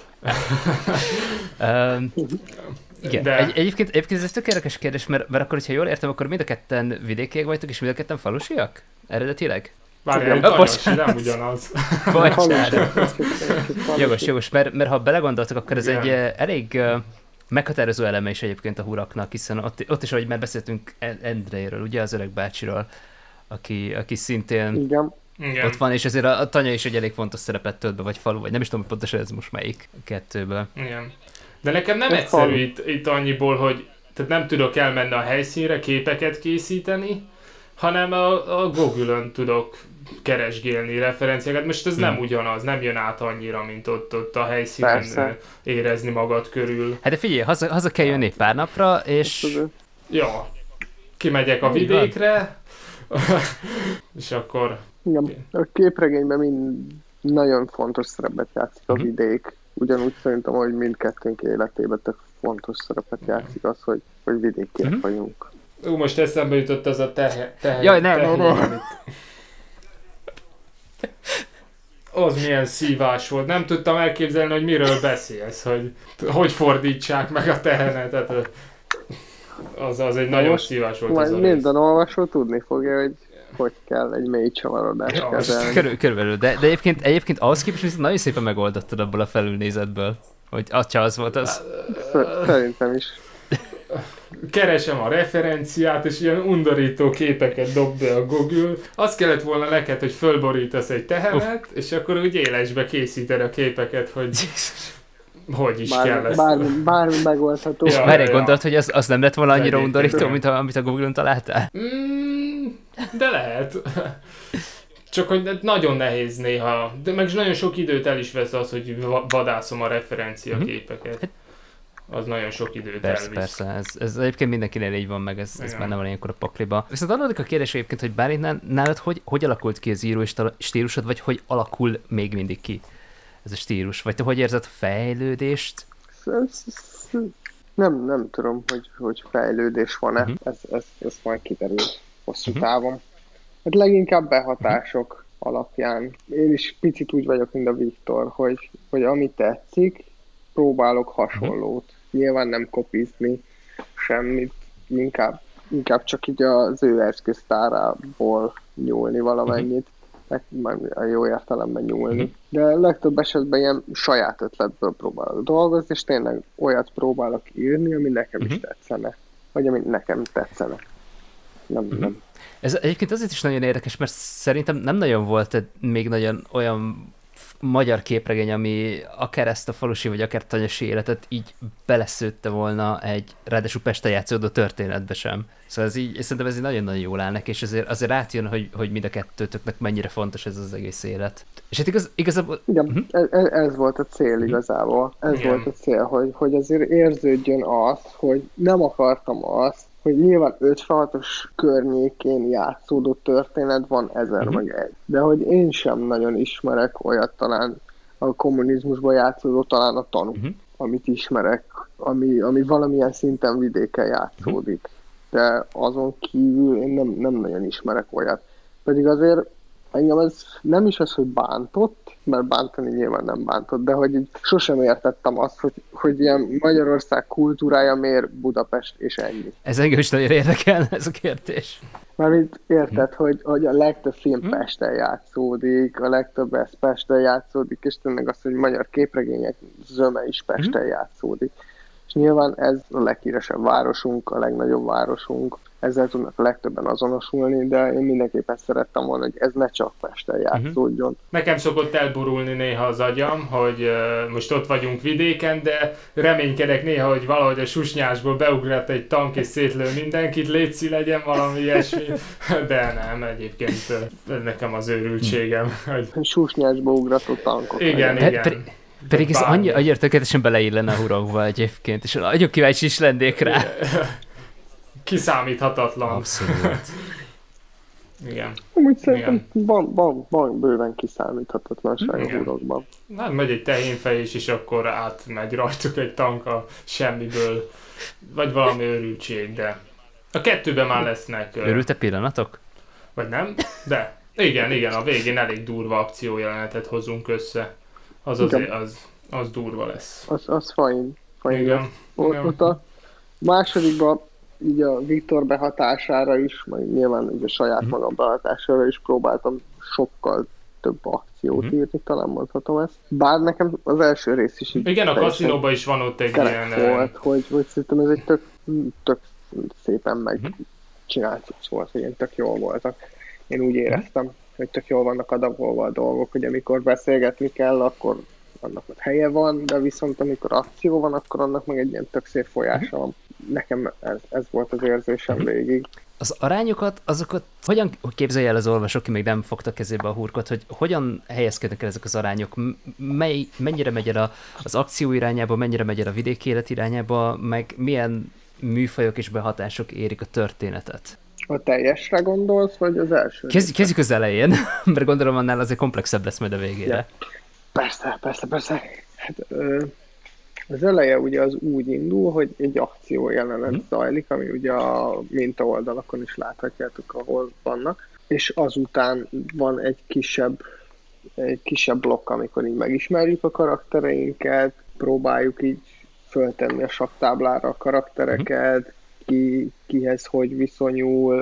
Um, igen, De- Egy, egyébként, egyébként ez egy tök érdekes kérdés, mert, mert akkor, hogyha jól értem, akkor mind a ketten vidékiek vagytok, és mind a ketten falusiak? Eredetileg? Várjál, Igen. Tanyos, Bocsánat. nem ugyanaz. Bocsánat. Falusi. Jogos, jogos, mert, mert ha belegondoltok, akkor ez Igen. egy eh, elég eh, meghatározó eleme is egyébként a huraknak, hiszen ott, ott is, ahogy már beszéltünk En- Endréről, ugye az öreg bácsiról, aki, aki szintén Igen. Igen. ott van, és azért a, a tanya is egy elég fontos szerepet tölt be, vagy falu, vagy nem is tudom, hogy pontosan ez most melyik kettőből. Igen. De nekem nem Ez egyszerű falu. itt, itt annyiból, hogy tehát nem tudok elmenni a helyszínre, képeket készíteni, hanem a, a Google-ön tudok keresgélni referenciákat. Most ez Hmm. nem ugyanaz, nem jön át annyira, mint ott, ott a helyszínen Persze. ö, érezni magad körül. Hát de figyelj, haza, haza kell jönni egy pár napra, és... Tudod. Ja, kimegyek a Így van. vidékre, és akkor... Igen. A képregényben mind nagyon fontos szerepet játszik a Mhm. vidék. Ugyanúgy szerintem, hogy mindkettőnk életében tök fontos szerepet játszik az, hogy, hogy vidékiek Mhm. vagyunk. Ú, most eszembe jutott az a tehe... tehe Jaj, nem, tehér, nem, nem. amit- Az milyen szívás volt. Nem tudtam elképzelni, hogy miről beszélsz, hogy hogy fordítsák meg a tehenetet. Az, az egy nagyon Most szívás volt az Majd a rész. minden olvasó tudni fogja, hogy hogy kell egy mély csavarodást Ja, kezelni. Körül, körülbelül, de, de egyébként, egyébként ahhoz képest viszont nagyon szépen megoldottad abból a felülnézetből, hogy atya az volt az. Sz- Szerintem is. Keresem a referenciát, és ilyen undorító képeket dob be a Google. Azt kellett volna neked, hogy fölborítasz egy tehenet, és akkor úgy élesbe készíted a képeket, hogy hogy is kell Bár, ezt. bármi, bármi megoldható. Ja. Várj, gondolt, hogy az, az nem lett volna annyira Egyébként undorító, igen. mint a, amit a Google-on találtál? Mm, de lehet. Csak hogy nagyon nehéz néha, de meg nagyon sok időt el is vesz az, hogy va- vadászom a referencia Mhm. képeket. Az nagyon sok időt Persze, elvisz. persze, ez, ez egyébként mindenkinél így van, meg ez, ez Igen. már nem van ilyenkor a pakliba. Viszont adódik a kérdés egyébként, hogy Bálint nál- nálad hogy, hogy alakult ki az író sta- stílusod, vagy hogy alakul még mindig ki ez a stílus? Vagy te hogy érzed a fejlődést? Ez- ez- Nem, nem tudom, hogy, hogy fejlődés van-e. Mhm. Ez, ez, ez majd kiderül hosszú Mhm. távon. Hát leginkább behatások alapján. Én is picit úgy vagyok, mint a Viktor, hogy, hogy ami tetszik, próbálok hasonlót. Nyilván nem kopizni semmit, inkább, inkább csak így az ő eszköztárából nyúlni valamennyit. Meg- meg a jó értelemben nyúlni. Mhm. De legtöbb esetben ilyen saját ötletből próbálok dolgozni, és tényleg olyat próbálok írni, ami nekem is Mhm. tetszene. Vagy ami nekem tetszene. Nem, Mhm. nem. Ez egyébként azért is nagyon érdekes, mert szerintem nem nagyon volt egy- még nagyon olyan f- magyar képregény, ami akár ezt a falusi, vagy akár tanyasi életet így beleszőtte volna egy ráadásul Pesten játszódó történetbe sem. Szóval ez így, szerintem ez így nagyon-nagyon jól áll neki, és azért, azért átjön, hogy, hogy mind a kettőtöknek mennyire fontos ez az egész élet. És hát igaz, igazából... Igen, Mhm. ez, ez volt a cél igazából. Ez Igen. volt a cél, hogy, hogy azért érződjön az, hogy nem akartam azt, hogy nyilván ötvenhatos környékén játszódó történet van ezer uh-huh. meg egy. De hogy én sem nagyon ismerek olyat, talán a kommunizmusban játszódó, talán a Tanú, uh-huh. amit ismerek, ami, ami valamilyen szinten vidéken játszódik. Uh-huh. De azon kívül én nem, nem nagyon ismerek olyat. Pedig azért engem ez nem is az, hogy bántott, mert bántani nyilván nem bántott, de hogy sosem értettem azt, hogy, hogy ilyen Magyarország kultúrája miért Budapest és ennyi. Ez engem is nagyon érdekel, ez a kérdés. Mármint érted, hm. hogy, hogy a legtöbb film hm. Pesten játszódik, a legtöbb ez Pesten játszódik, és tényleg az, hogy magyar képregények zöme is Pesten hm. játszódik. És nyilván ez a leghíresebb városunk, a legnagyobb városunk, ezzel tudnak a legtöbben azonosulni, de én mindenképpen szerettem volna, hogy ez ne csak Pesten játszódjon. Uh-huh. Nekem szokott elburulni néha az agyam, hogy uh, most ott vagyunk vidéken, de reménykedek néha, hogy valahogy a susnyásból beugrat egy tank és szétlő mindenkit, létszi legyen valami ilyesmi, de nem, egyébként uh, nekem az őrültségem. Hogy... Susnyásba ugrató tankok. Igen, legyen. igen. Pe- pedig ez annyi, annyira tökéletesen beleillene a hurokba egyébként, és nagyon kíváncsi is lennék rá. Kiszámíthatatlan. Abszolút. Igen. Úgy szerintem van, van, van bőven kiszámíthatatlanság a hurokban. Hát megy egy tehénfejés, és akkor átmegy rajtuk egy tank a semmiből. Vagy valami őrültség, de a kettőben már lesznek... Őrült-e pillanatok? Vagy nem? De igen, igen, a végén elég durva akciójelenetet hozunk össze. Az, az, az, az durva lesz. Az, az fajn. fajn igen. Ott, igen. ott a másodikban így a Viktor behatására is, majd nyilván ugye saját mm. magam behatására is próbáltam sokkal több akciót mm. írni, talán mondhatom ezt. Bár nekem az első rész is így... Igen, a kaszinóban is van ott egy ilyen... volt, hogy, hogy szerintem ez egy tök, tök szépen megcsinált volt, hogy ilyen tök jól voltak. Én úgy éreztem, mm. hogy tök jól vannak adagolva a dolgok, hogy amikor beszélgetni kell, akkor annak ott helye van, de viszont amikor akció van, akkor annak meg egy ilyen tök szép folyása van. Nekem ez, ez volt az érzésem végig. Az arányokat, azokat hogyan képzelje el az olvasó, aki még nem fogta kezébe a hurkot, hogy hogyan helyezkednek el ezek az arányok? Mely, mennyire megy el a, az akció irányába, mennyire megy el a vidéki élet irányába, meg milyen műfajok és behatások érik a történetet? A teljesre gondolsz, vagy az első? Kezd, kezdjük az elején, mert gondolom annál azért komplexebb lesz majd a végére. Ja. Persze, persze, persze. Hát, ö, az eleje ugye az úgy indul, hogy egy akció jelenet hmm. zajlik, ami ugye a minta oldalakon is láthatjátok, ahol vannak, és azután van egy kisebb, egy kisebb blokk, amikor így megismerjük a karaktereinket, próbáljuk így föltenni a saktáblára a karaktereket, hmm. ki, kihez hogy viszonyul,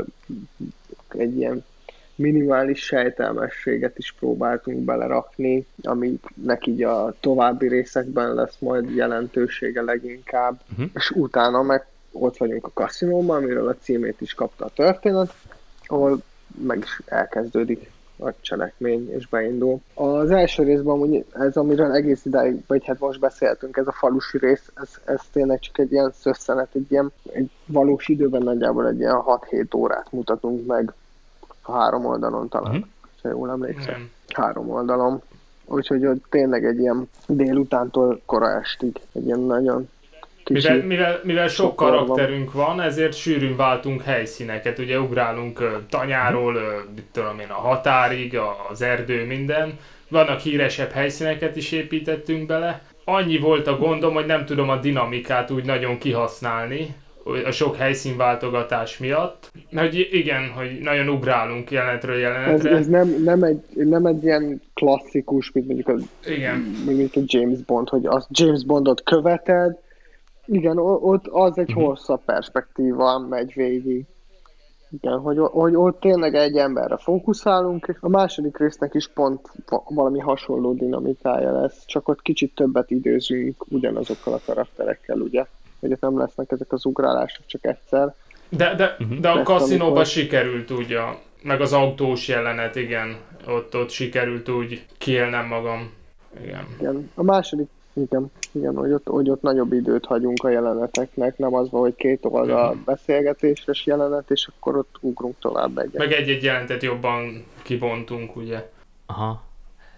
egy ilyen minimális sejtelmességet is próbáltunk belerakni, amiknek így a további részekben lesz majd jelentősége leginkább. Uh-huh. És utána meg ott vagyunk a kaszinóban, amiről a címét is kapta a történet, ahol meg is elkezdődik a cselekmény, és beindul. Az első részben amúgy ez, amiről egész idáig, vagy hát most beszéltünk, ez a falusi rész, ez, ez tényleg csak egy ilyen szösszenet, egy ilyen egy valós időben nagyjából egy ilyen hat-hét órát mutatunk meg a három oldalon talán, uh-huh. ha jól emlékszem. Mm. Három oldalon. Úgyhogy ott tényleg egy ilyen délutántól kora estig, egy ilyen nagyon kicsi... Mivel, mivel, mivel sok karakterünk van. van, ezért sűrűn váltunk helyszíneket. Ugye ugrálunk uh, tanyáról, uh, mit tudom én, a határig, az erdő, minden. Vannak híresebb helyszíneket is építettünk bele. Annyi volt a gondom, hogy nem tudom a dinamikát úgy nagyon kihasználni, a sok helyszínváltogatás miatt. Hogy igen, hogy nagyon ugrálunk jelenetről jelenetre. Ez, ez nem, nem, egy, nem egy ilyen klasszikus, mint mondjuk a, igen. mint a James Bond, hogy az James Bondot követed. Igen, ott az egy uh-huh. hosszabb perspektíva megy végig. Igen, hogy, hogy ott tényleg egy emberre fókuszálunk, és a második résznek is pont valami hasonló dinamikája lesz, csak ott kicsit többet időzünk ugyanazokkal a karakterekkel, ugye? Hogy ott nem lesznek ezek az ugrálások csak egyszer. De, de, uh-huh. de a kaszinóban amikor... sikerült úgy, a, meg az autós jelenet, igen, ott, ott sikerült úgy kiélnem magam. Igen. igen. A második, igen, igen hogy, ott, hogy ott nagyobb időt hagyunk a jeleneteknek, nem az van, hogy két oldal uh-huh. beszélgetéses jelenet, és akkor ott ugrunk tovább egyet. Meg egy-egy jelenetet jobban kibontunk, ugye. Aha.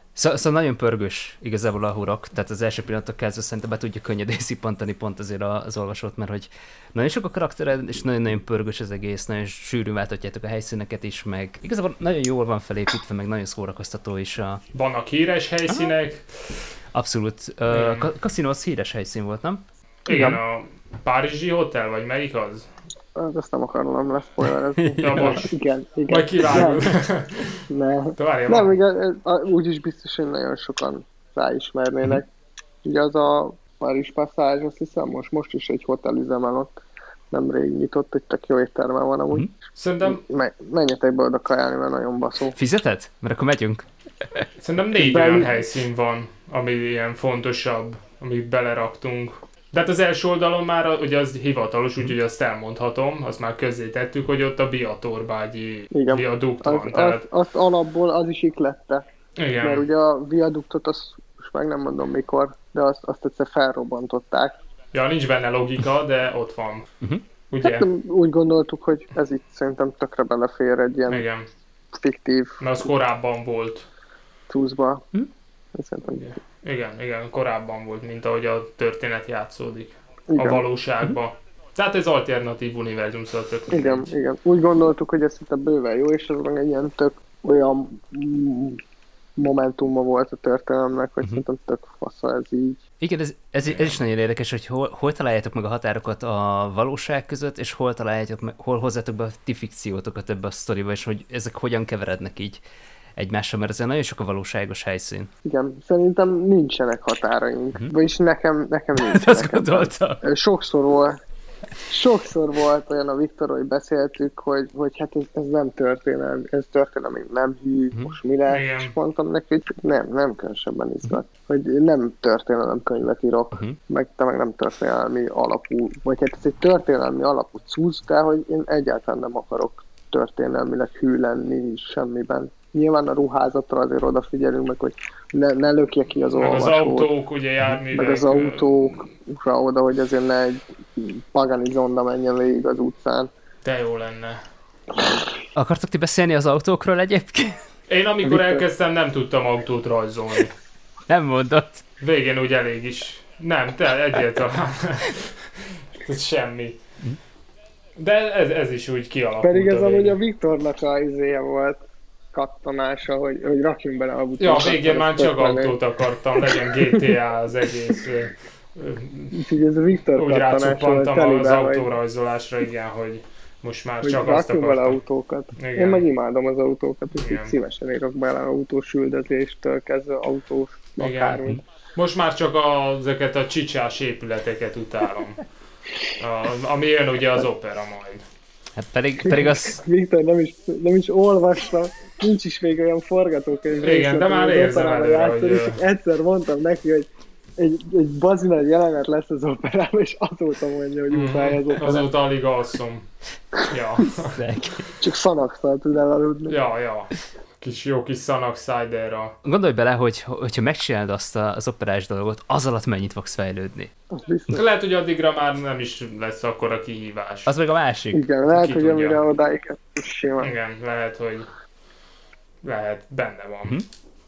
Szó, szóval nagyon pörgős igazából a hurok, tehát az első pillanatok kezdve szerintem be tudja könnyedén szippantani pont azért az olvasót, mert hogy nagyon sok a karaktered, és nagyon-nagyon pörgős az egész, nagyon sűrűn váltatjátok a helyszíneket is, meg igazából nagyon jól van felépítve, meg nagyon szórakoztató is a... Vannak híres helyszínek. Aha. Abszolút. Uh, Casino az híres helyszín volt, nem? Igen, a Párizsi Hotel, vagy melyik az? Hát ezt nem akarom, nem lesz spoilerezni. Ja, most. Igen, igen. Majd kivágod. Nem, nem, nem igen, úgyis biztos, hogy nagyon sokan ráismernének. Mm-hmm. Ugye az a Paris Passage, azt hiszem, most, most is egy hotel üzemel ott. Nemrég nyitott, hogy tök jó éttermen van amúgy. Mm-hmm. Szerintem... Menjetek be oda kajálni, mert nagyon baszó. Fizeted? Mert akkor megyünk. Szerintem négy Bel... olyan helyszín van, ami ilyen fontosabb, amit beleraktunk. De hát az első oldalon már ugye az hivatalos, úgyhogy azt elmondhatom, azt már közzétettük, hogy ott a Biatorbágyi viadukt van. Az, tehát... az, azt alapból az is iklette. Igen. Mert ugye a viaduktot, azt most meg nem mondom mikor, de azt, azt egyszer felrobbantották. Ja, nincs benne logika, de ott van. Uh-huh. Ugye? Hát, úgy gondoltuk, hogy ez itt szerintem tökre belefér egy ilyen igen. fiktív... Mert az korábban volt. Túszba. Hm? Szerintem... Igen. igen, igen, korábban volt, mint ahogy a történet játszódik. Igen. A valóságban. Uh-huh. Tehát ez alternatív univerzum, szóval tök. Igen, így. igen. Úgy gondoltuk, hogy ez itt a bőven jó, és ez meg egy ilyen tök olyan momentuma volt a történelemnek, hogy uh-huh. szerintem tök fasza ez így. Igen, ez, ez, ez is nagyon érdekes, hogy hol, hol találjátok meg a határokat a valóság között, és hol találjátok meg, hol hozzátok be a ti fikciótokat ebbe a sztoriba, és hogy ezek hogyan keverednek így egymásra, mert ezzel nagyon sok a valóságos helyszín. Igen, szerintem nincsenek határaink, uh-huh. vagyis nekem, nekem nincsenek. Azt gondoltam. Sokszor volt, sokszor volt olyan a Viktor, hogy beszéltük, hogy, hogy hát ez, ez nem történelmi, ez történelmi nem hű, uh-huh. most mi lesz, igen. És mondtam neki, hogy nem, nem különösebben izgat, uh-huh. hogy nem történelem könyvet írok, uh-huh. meg te meg nem történelmi alapú, vagy hát ez egy történelmi alapú cucc, de hogy én egyáltalán nem akarok történelmileg hű lenni semmiben. Nyilván a ruházatra azért odafigyelünk meg, hogy ne, ne lökje ki az olvasót. Meg az autók, ugye járművek. Meg az autókra oda, hogy azért ne egy Pagani Zonda menjen végig az utcán. De jó lenne. Akartok ti beszélni az autókról egyébként? Én amikor elkezdtem, nem tudtam autót rajzolni. Nem mondott. Végén úgy elég is. Nem, te egyáltalán. Ez semmi. De ez, ez is úgy kialakult. Pedig ez amúgy a Viktornak a izéje volt. Kattanása, hogy, hogy rakjunk bele autót. Ja, végén már csak autót akartam, legyen gé té á az egész. Úgyhogy ez a Viktor úgy rácuppantam az autórajzolásra, igen, hogy most már csak azt akartam. Bele autókat. Igen. Én meg imádom az autókat, úgyhogy szívesen írok bele autós üldözéstől kezdve autós akármit. Most már csak a, ezeket a csicsás épületeket utálom. A, ami jön ugye az opera majd. Hát pedig, pedig az... Viktor nem is, nem is olvasta, nincs is még olyan forgatókönyv. Igen, de már érzem előre, hogy... Egyszer mondtam neki, hogy egy, egy bazinagy jelenet lesz az operában, és azóta mondja, hogy utálja az operát. Azóta alig alszom. Ja. Csak szanakszal tud elaludni. Ja, ja. Kis jó kis szanakszajderra. Gondolj bele, hogy hogyha megcsinálod azt az operás dolgot, az alatt mennyit fogsz fejlődni. Lehet, hogy addigra már nem is lesz akkora kihívás. Az meg a másik. Igen, lehet, Ki hogy tudja. Amire odáig simán. Igen, lehet, hogy lehet, benne van. Hm?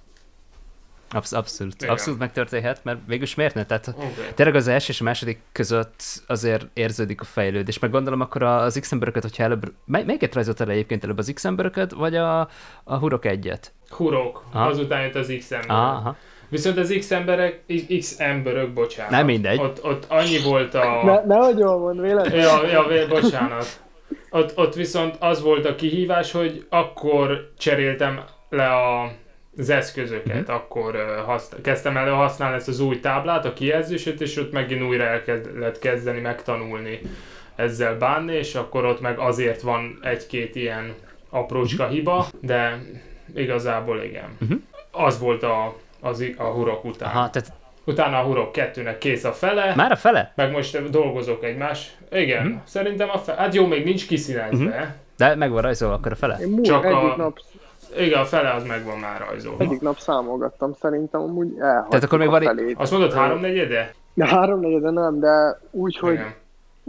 Absz- abszolút, Igen. abszolút megtörténhet, mert végülis miért ne? Tehát okay. tényleg az első és a második között azért érződik a fejlődés. Meg gondolom akkor az X-emberöket, hogyha előbb... Mely- melyiket rajzoltál előbb az X-emberöket, vagy a, a Hurok egyet? Hurok, Aha. azután jött az X-emberök. Viszont az X-emberek, X-emberök, bocsánat. Nem mindegy. Ott, ott annyi volt a... Ne, nehogy jól mond, véletlenül. Ja, ja, bocsánat. Ott, ott viszont az volt a kihívás, hogy akkor cseréltem le a... az eszközöket, mm-hmm. akkor uh, haszn- kezdtem elő használni ezt az új táblát, a kijelzősöt, és ott megint újra el kellett kezdeni megtanulni ezzel bánni, és akkor ott meg azért van egy-két ilyen aprócska mm-hmm. hiba, de igazából igen. Mm-hmm. Az volt a, az, a Hurok után. Aha, tehát... Utána a Hurok kettőnek kész a fele. Már a fele? Meg most dolgozok egymás. Igen, mm-hmm. szerintem a fele. Hát jó, még nincs kiszínezve. Mm-hmm. De meg van rajzolva akkor a fele? Múl, Csak a... nap... Igen, a fele az megvan már rajzolva. Egyik nap számolgattam, szerintem amúgy elhagytuk Tehát akkor még a van felét. Azt mondod háromnegyede? De háromnegyede nem, de úgy, hogy,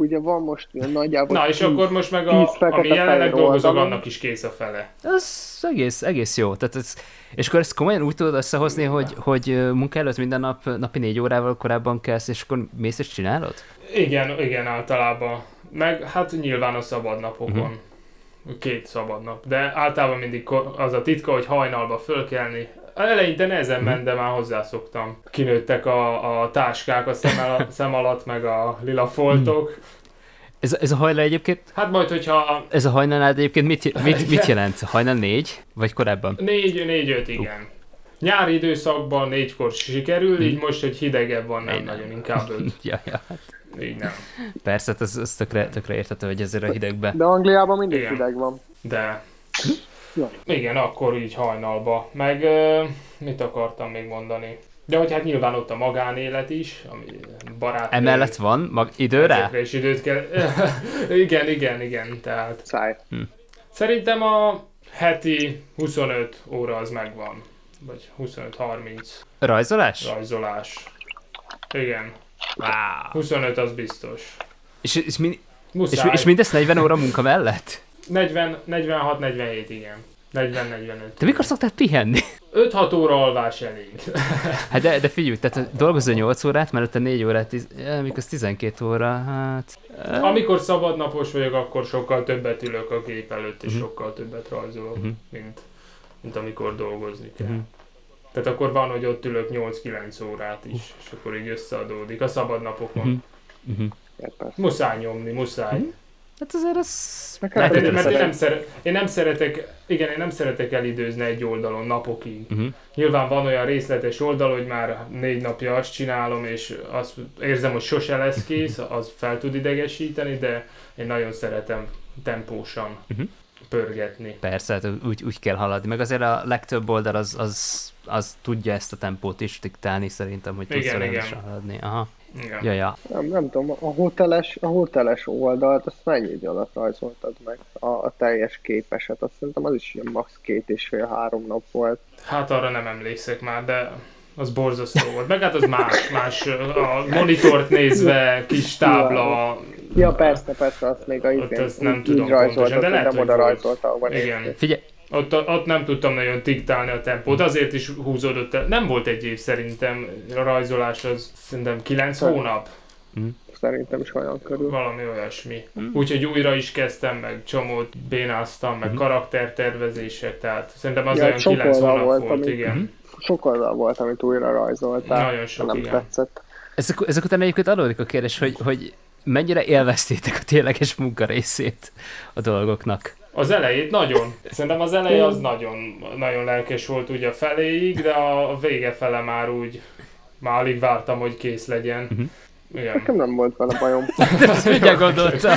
ugye van most nagyjából Na és tíz, akkor most meg a, ami jelenleg dolgozok, annak is kész a fele. Ez egész, egész jó. Tehát ez, és akkor ezt komolyan úgy tudod összehozni, hogy, hogy munka előtt minden nap, napi négy órával korábban kelsz, és akkor mész és csinálod? Igen, igen, általában. Meg hát nyilván a szabad napokon. Uh-huh. Két szabad nap. De általában mindig az a titka, hogy hajnalba fölkelni. Eleinte nehezen uh-huh. ment, de már hozzászoktam. Kinőttek a, a táskák a szem, el, szem alatt, meg a lila foltok. Uh-huh. Ez, ez a hajnal egyébként? Hát majd, hogyha... Ez a hajnalnád egyébként mit, mit, mit jelent? Hajnal négy? Vagy korábban? Négy, négy-öt, igen. Uh. Nyári időszakban négykor sikerül, hmm. így most, hogy hidegebb van, nem, nem. Nagyon inkább öt. ja, ja. Így nem. Persze, ez, ez tökre, tökre értető, hogy ezért a hidegbe. De Angliában mindig igen. hideg van. De... Ja. Igen, akkor így hajnalba. Meg uh, mit akartam még mondani? De hogy hát nyilván ott a magánélet is, ami barát. Emellett van mag időre? Ezekre is időt kell. igen, igen, igen, tehát. Száj. Hm. Szerintem a heti huszonöt óra az megvan. Vagy huszonöt-harminc. Rajzolás? Rajzolás. Igen. Wow. huszonöt az biztos. És, és, mi, és, és mindezt negyven óra munka mellett? negyven, negyvenhat negyvenhét, igen. negyven-negyvenöt. Te mikor szoktál pihenni? öt-hat óra alvás elég. Hát de, de figyelj, tehát dolgozol nyolc órát, mellette négy órát, tiz, mikor tizenkét óra, hát... Amikor szabadnapos vagyok, akkor sokkal többet ülök a gép előtt, és uh-huh. sokkal többet rajzolok, uh-huh. mint, mint amikor dolgozni kell. Uh-huh. Tehát akkor van, hogy ott ülök nyolc-kilenc órát is, uh-huh. és akkor így összeadódik a szabadnapokon. Uh-huh. Uh-huh. Muszáj nyomni, muszáj. Uh-huh. Hát azért az... Hát én, mert én, nem szeret, én nem szeretek, igen, én nem szeretek elidőzni egy oldalon napokig. Uh-huh. Nyilván van olyan részletes oldal, hogy már négy napja azt csinálom, és azt érzem, hogy sose lesz kész, az fel tud idegesíteni, de én nagyon szeretem tempósan uh-huh. pörgetni. Persze, hát úgy, úgy kell haladni, meg azért a legtöbb oldal az, az, az tudja ezt a tempót is diktálni szerintem, hogy tudsz rendesen haladni. Aha. Igen. Ja, ja. Nem, nem tudom, a hoteles, a hoteles oldalt, azt mennyi idő alatt rajzoltad meg? A, a teljes képeset, azt szerintem az is ilyen max. két és fél-három nap volt. Hát arra nem emlékszek már, de az borzasztó volt. Meg hát az más, más a monitort nézve, kis tábla. Ja, persze, persze, azt még a izén, nem így, tudom így pontosan, de lehet, hogy volt. Igen. Figyelj. Ott, ott nem tudtam nagyon diktálni a tempót, azért is húzódott el. Nem volt egy év szerintem, a rajzolás az szerintem kilenc hónap. Mm. Szerintem is olyan körül. Valami olyasmi. Mm. Úgyhogy újra is kezdtem, meg csomót bénáztam, meg mm. karaktertervezések, tehát szerintem az ja, olyan kilenc hónap volt, volt amit, igen. Sok oldal volt, amit újra rajzoltál. Nagyon sok, nem igen. tetszett. Ezek, ezek után egyébként adódik a kérdés, hogy, hogy mennyire élveztétek a tényleges munka részét a dolgoknak? Az elejét nagyon. Szerintem az eleje az nagyon, nagyon lelkes volt ugye a feléig, de a vége fele már úgy, már alig vártam, hogy kész legyen. Uh-huh. Igen. Nekem nem volt vele bajom. Ezt mindjárt gondoltam.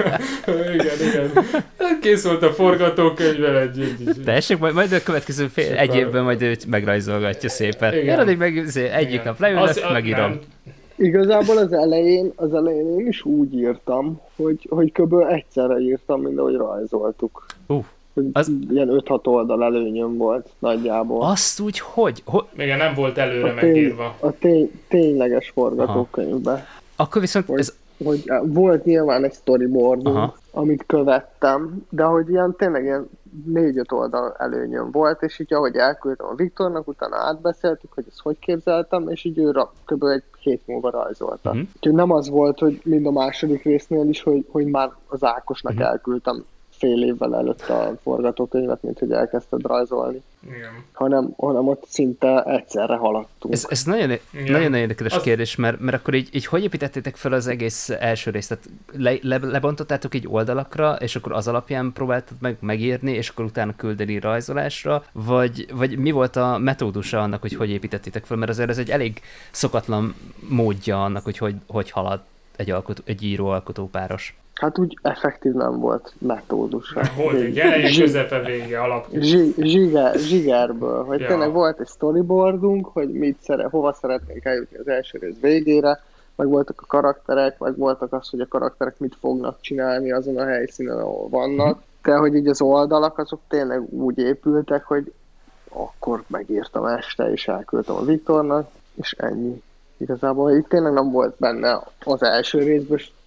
igen, igen. Kész volt a forgatókönyvvel egy... egy Tessék, majd, majd a következő fél, egy évben majd őt megrajzolgatja szépen. Én addig meg egyik igen. nap leülök, az, megírom. Nem. Igazából az elején, az elején én is úgy írtam, hogy, hogy kb. Egyszerre írtam, mint ahogy rajzoltuk. Uh, hogy az... Ilyen öt-hat oldal előnyöm volt nagyjából. Azt úgy, hogy? hogy? Igen, nem volt előre a tény, megírva. A tény, tényleges forgatókönyvben. Akkor viszont hogy, ez... hogy volt nyilván egy storyboardunk, aha. amit követtem, de hogy ilyen tényleg ilyen négy-öt oldal előnyöm volt, és így ahogy elküldtem a Viktornak, utána átbeszéltük, hogy ezt hogy képzeltem, és így ő kb. Egy hét múlva rajzolta. Uh-huh. Úgyhogy nem az volt, hogy mind a második résznél is, hogy, hogy már az Ákosnak uh-huh. elküldtem fél évvel előtt a forgatókönyvet, mint hogy elkezdted rajzolni. Igen. Hanem, hanem ott szinte egyszerre haladtunk. Ez, ez nagyon, nagyon érdekes az... kérdés, mert, mert akkor így, így hogy építettétek fel az egész első részt? Tehát le, le, lebontottátok így oldalakra, és akkor az alapján próbáltad meg megírni, és akkor utána küldeni rajzolásra? Vagy, vagy mi volt a metódusa annak, hogy hogy építettétek fel? Mert azért ez egy elég szokatlan módja annak, hogy hogy, hogy halad egy, alkotó, egy író-alkotó páros. Hát úgy effektív nem volt metódusra. Volt egy eleje, közepe, vége, alapkép. Zsiger, zsigerből, hogy ja. tényleg volt egy storyboardunk, hogy mit szere, hova szeretnénk eljutni az első rész végére, meg voltak a karakterek, meg voltak az, hogy a karakterek mit fognak csinálni azon a helyszínen, ahol vannak. De hogy így az oldalak azok tényleg úgy épültek, hogy akkor megírtam este, és elküldtem a Viktornak, és ennyi. Igazából itt tényleg nem volt benne az első részből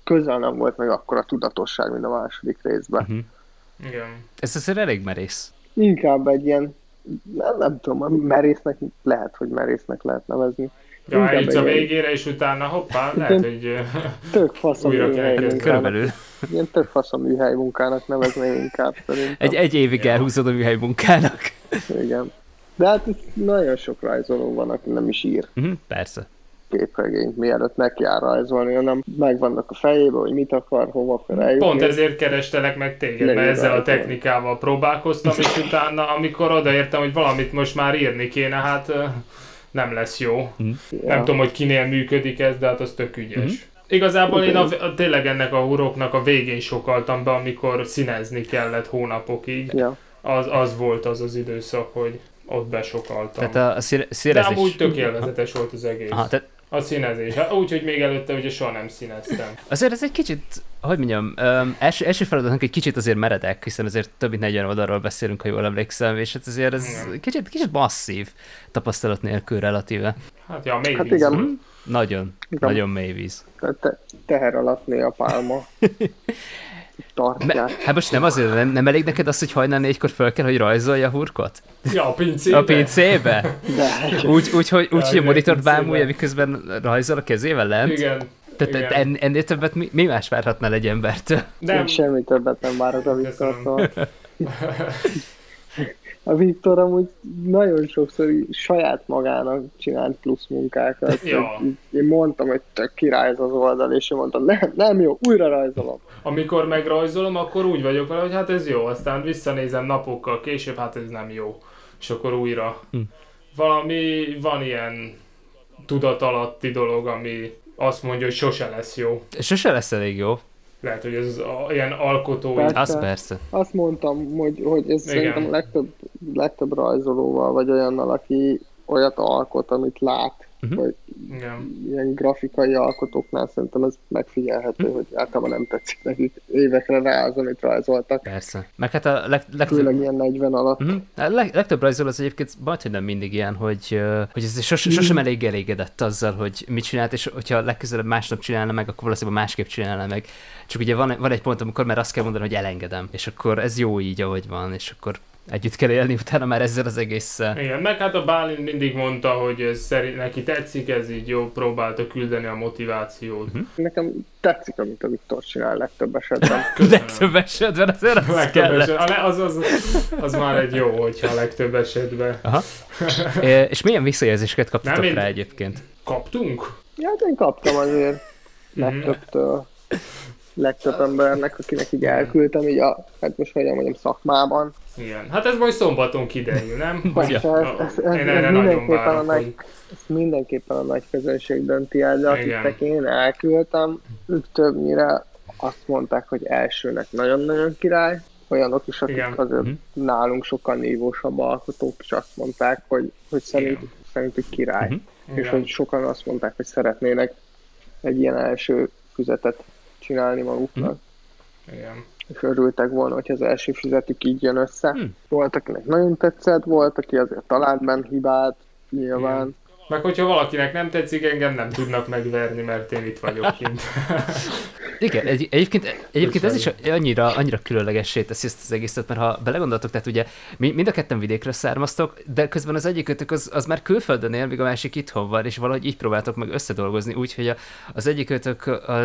közel nem volt meg akkora tudatosság, mint a második részben. Uh-huh. Igen. Ez azért elég merész. Inkább egy ilyen, nem, nem tudom, merésznek lehet, hogy merésznek lehet nevezni. Ja, eljutsz a végére, és utána hoppá, lehet, hogy tök faszom műhely körülbelül. Ilyen tök faszom műhely munkának nevezném inkább szerintem. Egy, egy évig ja. elhúzod a műhely munkának. Igen. De hát itt nagyon sok rajzoló van, aki nem is ír. Uh-huh, persze. Képregényt, mielőtt neki jár rajzolni, hanem megvannak a fejében, hogy mit akar, hova kell eljutni. Pont ezért kerestelek meg téged, mert ezzel rajzolni. A technikával próbálkoztam, és utána, amikor odaértem, hogy valamit most már írni kéne, hát nem lesz jó. Mm. Ja. Nem tudom, hogy kinél működik ez, de hát az tök ügyes. Mm. Igazából én a, a, tényleg ennek a huroknak a végén sokaltam be, amikor színezni kellett hónapokig. Ja. Az, az volt az az időszak, hogy ott besokaltam. Tehát a színe, színezés... De amúgy tök élvezetes volt az egész. Aha, tehát... A színezés. Úgyhogy még előtte ugye soha nem színeztem. Azért ez egy kicsit, hogy mondjam, um, első, első feladatnak egy kicsit azért meredek, hiszen azért több mint negyven oldalról beszélünk, ha jól emlékszem, és hát azért ez igen. kicsit, kicsit masszív tapasztalat nélkül relatíve. Hát ja, mély hát víz. Igen. Hmm? Nagyon, igen. nagyon mély víz. Te, teher alatt mély a pálma. Tartják. Hát most nem azért, nem, nem elég neked az, hogy hajnal négykor föl kell, hogy rajzolja a hurkot? Ja, a pincébe. A pincébe? Úgy, úgy, hogy, úgy, hogy a monitort bámulja, miközben rajzol a kezével lent? Igen. Tehát en, ennél többet mi, mi más várhatnál egy embertől? Nem. Semmi többet nem várok a Viktortól. A Viktor amúgy nagyon sokszor saját magának csinált plusz munkákat. Ja. Én mondtam, hogy tök király ez az oldal, és én mondtam, nem, nem jó, újra rajzolom. Amikor megrajzolom, akkor úgy vagyok vele, hogy hát ez jó, aztán visszanézem napokkal később, hát ez nem jó. És akkor újra. Hm. Valami, van ilyen tudatalatti dolog, ami azt mondja, hogy sose lesz jó. Sose lesz elég jó. Lehet, hogy ez a, ilyen alkotói... Persze. Az persze. Azt mondtam, hogy, hogy ez igen. Szerintem a legtöbb, legtöbb rajzolóval, vagy olyannal, aki olyat alkot, amit lát, uh-huh. vagy igen. ilyen grafikai alkotóknál szerintem ez megfigyelhető, uh-huh. hogy általában nem tetszik nekik évekre rá az, amit rajzoltak. Persze. Meg hát a leg, legtöbb... Főleg ilyen negyven alatt. Uh-huh. A leg, legtöbb rajzoló az egyébként majdhogy nem mindig ilyen, hogy, hogy ez sos, sosem elég elégedett azzal, hogy mit csinált, és hogyha legközelebb másnap csinálna meg, akkor valószínűleg másképp csinálna meg. Csak ugye van, van egy pont, amikor már azt kell mondani, hogy elengedem, és akkor ez jó így, ahogy van, és akkor együtt kell élni utána már ezzel az egésszel. Igen, meg hát a Bálint mindig mondta, hogy ez szerint neki tetszik, ez így jó, próbálta küldeni a motivációt. Uh-huh. Nekem tetszik, amit a Viktor csinál legtöbb esetben. legtöbb esetben azért az legtöbb esetben. Az, az, az már egy jó, hogyha a legtöbb esetben. Aha. é, és milyen visszajelzéseket kaptatok Nem, rá egyébként? Kaptunk? Ja, én kaptam azért legtöbbtől. legtöbb embernek, akinek így elküldtem, így a, hát most hogyan mondjam, szakmában. Igen, hát ez majd szombaton kiderül, nem? Persze, ez, ez, ez, én ez, erre nagyon várok, nagy, hogy... ez mindenképpen a nagy közönség dönti el, de akiknek én elküldtem, ők többnyire azt mondták, hogy elsőnek nagyon-nagyon király, olyanok is, akik igen. azért uh-huh. nálunk sokkal nívósabb alkotók is azt mondták, hogy, hogy szerint, szerintük király. Uh-huh. És igen. hogy sokan azt mondták, hogy szeretnének egy ilyen első füzetet csinálni maguknak. Mm. Igen. És örültek volna, hogy az első füzetük így jön össze. Mm. Volt, akinek nagyon tetszett, volt, aki azért talált benne hibát, nyilván. Igen. Meg hogyha valakinek nem tetszik, engem nem tudnak megverni, mert én itt vagyok kint. Igen, egy, egyébként, egyébként ez is annyira, annyira különlegessé teszi ezt az egészet, mert ha belegondoltok, tehát ugye mind a ketten vidékről származtok, de közben az egyikőtök az, az már külföldön él, míg a másik itthon van, és valahogy így próbáltok meg összedolgozni, úgyhogy az egyikőtök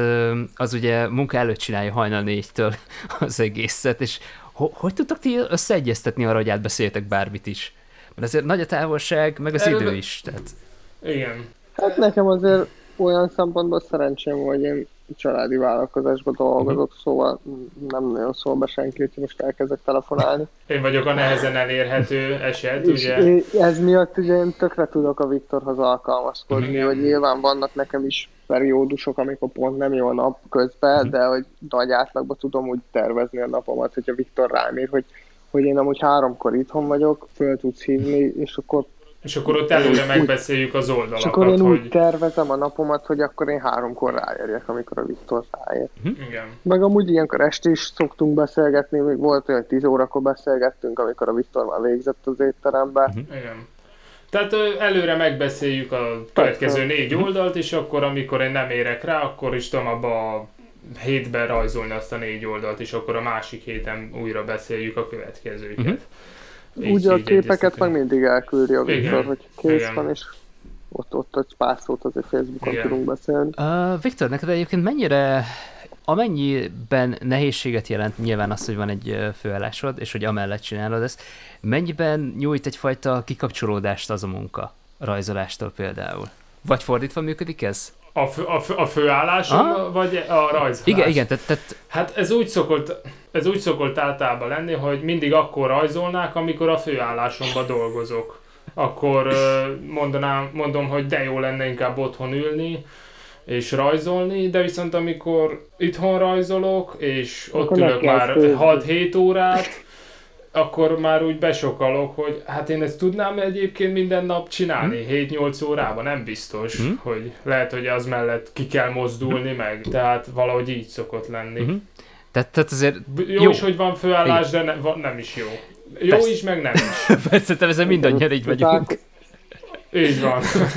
az ugye munka előtt csinálja hajnal négytől az egészet, és ho, hogy tudtok ti összeegyeztetni arra, hogy átbeszéljetek bármit is? Mert azért nagy a távolság, meg az idő is, tehát... Igen. Hát nekem azért olyan szempontból szerencsém, hogy én családi vállalkozásban dolgozok, uh-huh. szóval nem nagyon szól be senki, hogy most elkezdek telefonálni. Én vagyok a nehezen elérhető eset, és ugye? Ez miatt ugye én tökre tudok a Viktorhoz alkalmazkodni, uh-huh. hogy nyilván vannak nekem is periódusok, amikor pont nem jó a nap közben, uh-huh. de hogy nagy átlagban tudom úgy tervezni a napomat, hogyha Viktor rám ír, hogy, hogy én amúgy háromkor itthon vagyok, föl tudsz hívni, és akkor És akkor ott előre megbeszéljük az oldalakat, és akkor én hogy... úgy tervezem a napomat, hogy akkor én háromkor ráérjek, amikor a Viktor ráér. Igen. Meg amúgy ilyenkor este is szoktunk beszélgetni, még volt olyan, hogy tíz órakor beszélgettünk, amikor a Viktor már végzett az étterembe. Igen. Tehát előre megbeszéljük a következő négy oldalt, és akkor amikor én nem érek rá, akkor is tudom abba a hétben rajzolni azt a négy oldalt, és akkor a másik héten újra beszéljük a következőket. Uh-huh. Úgy a képeket meg mindig elküldi a Viktor, hogy kész igen. van, és ott, ott egy pár szót azért Facebookon igen. tudunk beszélni. Uh, Viktor, neked egyébként mennyire, amennyiben nehézséget jelent nyilván az, hogy van egy főállásod, és hogy amellett csinálod ezt, mennyiben nyújt egyfajta kikapcsolódást az a munka, a rajzolástól például? Vagy fordítva működik ez? A, fő, a, fő, a főállásom, ah? vagy a rajzolás? Igen, igen. Tehát, tehát... Hát ez úgy, szokott, ez úgy szokott általában lenni, hogy mindig akkor rajzolnák, amikor a főállásomban dolgozok. Akkor mondanám, mondom, hogy de jó lenne inkább otthon ülni, és rajzolni, de viszont amikor itthon rajzolok, és ott akkor ülök már hat-hét órát, akkor már úgy besokalok, hogy hát én ezt tudnám egyébként minden nap csinálni, hmm. hét-nyolc órában, nem biztos, hmm. hogy lehet, hogy az mellett ki kell mozdulni hmm. meg, tehát valahogy így szokott lenni. Hmm. Tehát, tehát azért jó, jó is, hogy van főállás, de ne, va, nem is jó. Jó Persze. is, meg nem is. Persze, te ezzel mindannyian így vagyunk. Így van.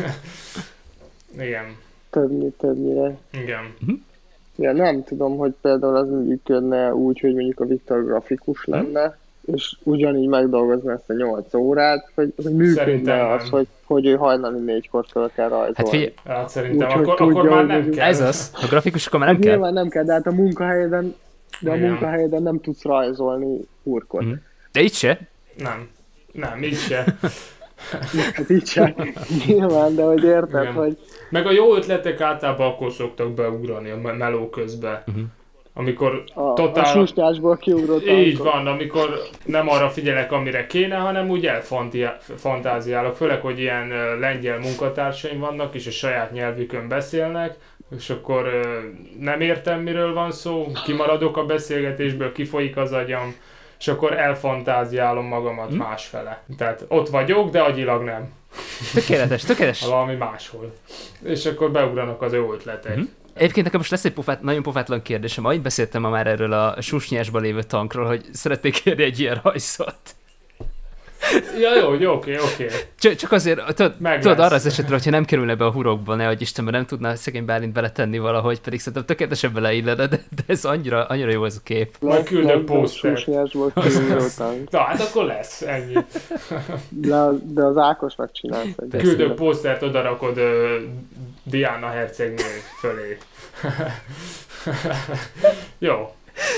Igen. Többnyire, többnyire. Igen. Uh-huh. Ja, nem tudom, hogy például az működne úgy, hogy mondjuk a Viktor grafikus lenne, uh-huh. és ugyanígy megdolgozni ezt a nyolc órát, hogy, hogy működne az, hogy, hogy ő hajnali négykor föl kell rajzolni. Hát figyelj, hát szerintem úgy, akkor, tudja, akkor már nem kell. Ez az, a grafikus akkor már nem kell. Nyilván nem kell, de hát a munkahelyeden, de a munkahelyeden nem tudsz rajzolni hurkot. Uh-huh. De itt se? Nem. Nem, így se. Hát így se. Nyilván, de hogy érted, igen. hogy... Meg a jó ötletek általában akkor szoktak beugrani a meló közben. Uh-huh. Amikor a, totál... A susnyásból kiugrott. Így akkor. Van, amikor nem arra figyelek, amire kéne, hanem úgy elfantáziálok. Főleg, hogy ilyen lengyel munkatársaim vannak, és a saját nyelvükön beszélnek, és akkor nem értem, miről van szó, kimaradok a beszélgetésből, kifolyik az agyam, és akkor elfantáziálom magamat hmm. másfele. Tehát ott vagyok, de agyilag nem. Tökéletes, tökéletes. Valami máshol. És akkor beugranak az jó ötletek. Hmm. Egyébként nekem most lesz egy pofát, nagyon pofátlan kérdésem. Ahogy beszéltem ma már erről a susnyásban lévő tankról, hogy szeretnék kérni egy ilyen rajzot. Ja, jó, jó, oké, oké. Csak, csak azért, tudod, tudod arra az esetre, hogyha nem kerülne be a hurokba, nehogy Istenben nem tudná szegény Bálint beletenni valahogy, pedig szerintem tökéletesen beleillene, de, de ez annyira, annyira jó ez a kép. Majd küldök posztert. Na, hát akkor lesz, ennyi. De, de az Ákosnak csinálsz egy. Küldök posztert, odarakod uh, Diana hercegnő fölé. Jó.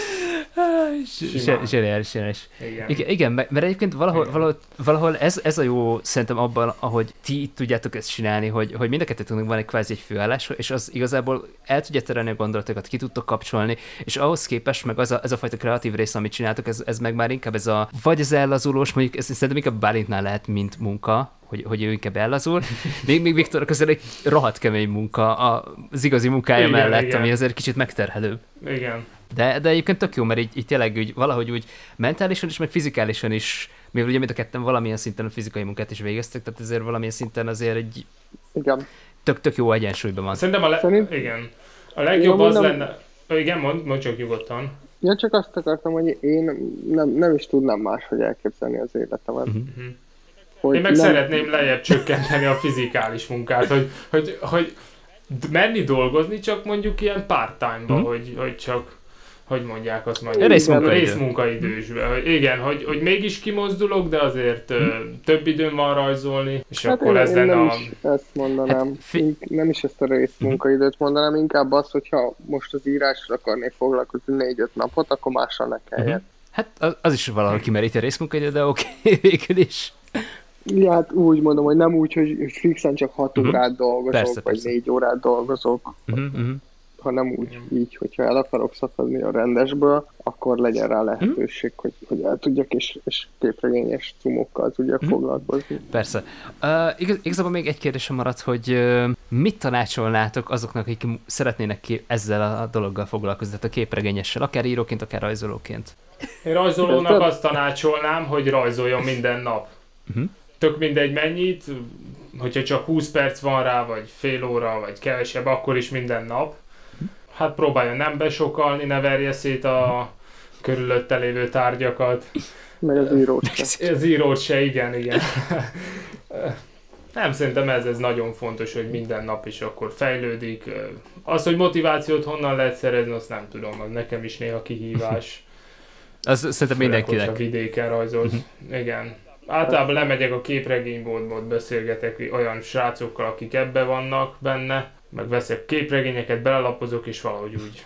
Zseniális, zseniális. Igen, igen, mert egyébként valahol, igen. valahol, valahol ez, ez a jó szerintem abban, ahogy ti itt tudjátok ezt csinálni, hogy, hogy mind a kettőtöknek van egy kvázi egy főállás, és az igazából el tudja terelni a gondolatokat, ki tudtok kapcsolni, és ahhoz képest meg az a, ez a fajta kreatív rész, amit csináltok, ez, ez meg már inkább ez a, vagy ez ellazulós, mondjuk ez szerintem inkább Bálintnál lehet, mint munka, hogy, hogy ő inkább ellazul. Még, még Viktornak azért egy rohadt kemény munka az igazi munkája igen, mellett, igen. ami azért kicsit megterhelőbb. Igen. De, de egyébként tök jó, mert így, így tényleg úgy, valahogy úgy mentálisan is, meg fizikálisan is, mivel ugye mind a ketten valamilyen szinten a fizikai munkát is végeztek, tehát ezért valamilyen szinten azért egy igen. Tök, tök jó egyensúlyban van. Szerintem a, le- Szerint... igen. a legjobb jó, az nem... lenne... Igen, mondd, mondd csak nyugodtan. Ja, csak azt akartam, hogy én nem, nem is tudnám máshogy elképzelni az életemet. Uh-huh. Hogy én meg nem... szeretném lejjebb csökkenteni a fizikális munkát, hogy, hogy, hogy menni dolgozni csak mondjuk ilyen part-time-ba, uh-huh. hogy, hogy csak hogy mondják azt mondjuk, részmunkaidő. részmunkaidősben. Igen, hogy, hogy mégis kimozdulok, de azért hmm. uh, több időm van rajzolni, és hát akkor én, ez én lenne nem a... is ezt mondanám, hát, fi... nem is ezt a részmunkaidőt mondanám, inkább azt, hogyha most az írásra akarnék foglalkozni négy-öt napot, akkor másra ne kelljen. Uh-huh. Hát az, az is valahol kimeríti a részmunkaidő, de oké, okay, végül is. Ja, hát úgy mondom, hogy nem úgy, hogy fixen csak hat uh-huh. órát dolgozok, persze, vagy persze. négy órát dolgozok. Uh-huh, uh-huh. hanem úgy, így, hogyha el akarok szakadni a rendesből, akkor legyen rá lehetőség, hmm. hogy, hogy el tudjak, és, és képregényes cumokkal tudjak hmm. foglalkozni. Persze. Uh, igaz, igazából még egy kérdésem maradt, hogy uh, mit tanácsolnátok azoknak, akik szeretnének ki ezzel a dologgal foglalkozni, tehát a képregényessel, akár íróként, akár rajzolóként? Én rajzolónak azt tanácsolnám, hogy rajzoljon minden nap. Uh-huh. Tök mindegy mennyit, hogyha csak húsz perc van rá, vagy fél óra, vagy kevesebb, akkor is minden nap. Hát próbálja nem besokalni, ne verje szét a körülötte lévő tárgyakat. Meg az írót se. Az írót se, igen, igen. Nem, szerintem ez, ez nagyon fontos, hogy minden nap is akkor fejlődik. Az, hogy motivációt honnan lehet szerezni, azt nem tudom, az nekem is néha kihívás. Az szerintem mindenkinek. A vidéken rajzolsz. Igen. Általában lemegyek a képregényboltba, beszélgetek olyan srácokkal, akik ebbe vannak benne, meg veszek képregényeket, belelapozok, és valahogy úgy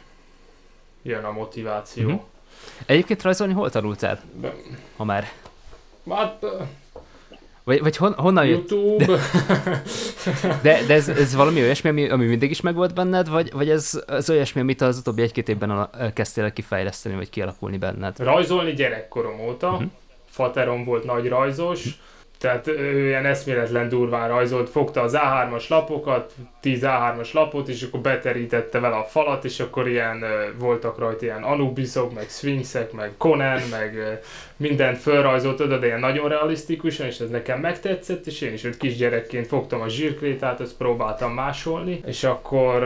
jön a motiváció. Uh-huh. Egyébként rajzolni hol tanultál? De... Ha már... Hát... Vagy, vagy hon, honnan jött? YouTube. De, de, de ez, ez valami olyasmi, ami, ami mindig is megvolt benned, vagy, vagy ez, ez olyasmi, amit az utóbbi egy-két évben kezdtél kifejleszteni, vagy kialakulni benned? Rajzolni gyerekkorom óta. Uh-huh. Faterom volt nagy rajzos, tehát ő ilyen eszméletlen durván rajzolt, fogta az á hármas lapokat, tíz á hármas lapot, és akkor beterítette vele a falat, és akkor ilyen voltak rajta ilyen Anubisok, meg Sphinxek, meg Conan, meg mindent fölrajzolt oda, de ilyen nagyon realisztikusan, és ez nekem megtetszett, és én is ott kisgyerekként fogtam a zsírkrétát, azt próbáltam másolni, és akkor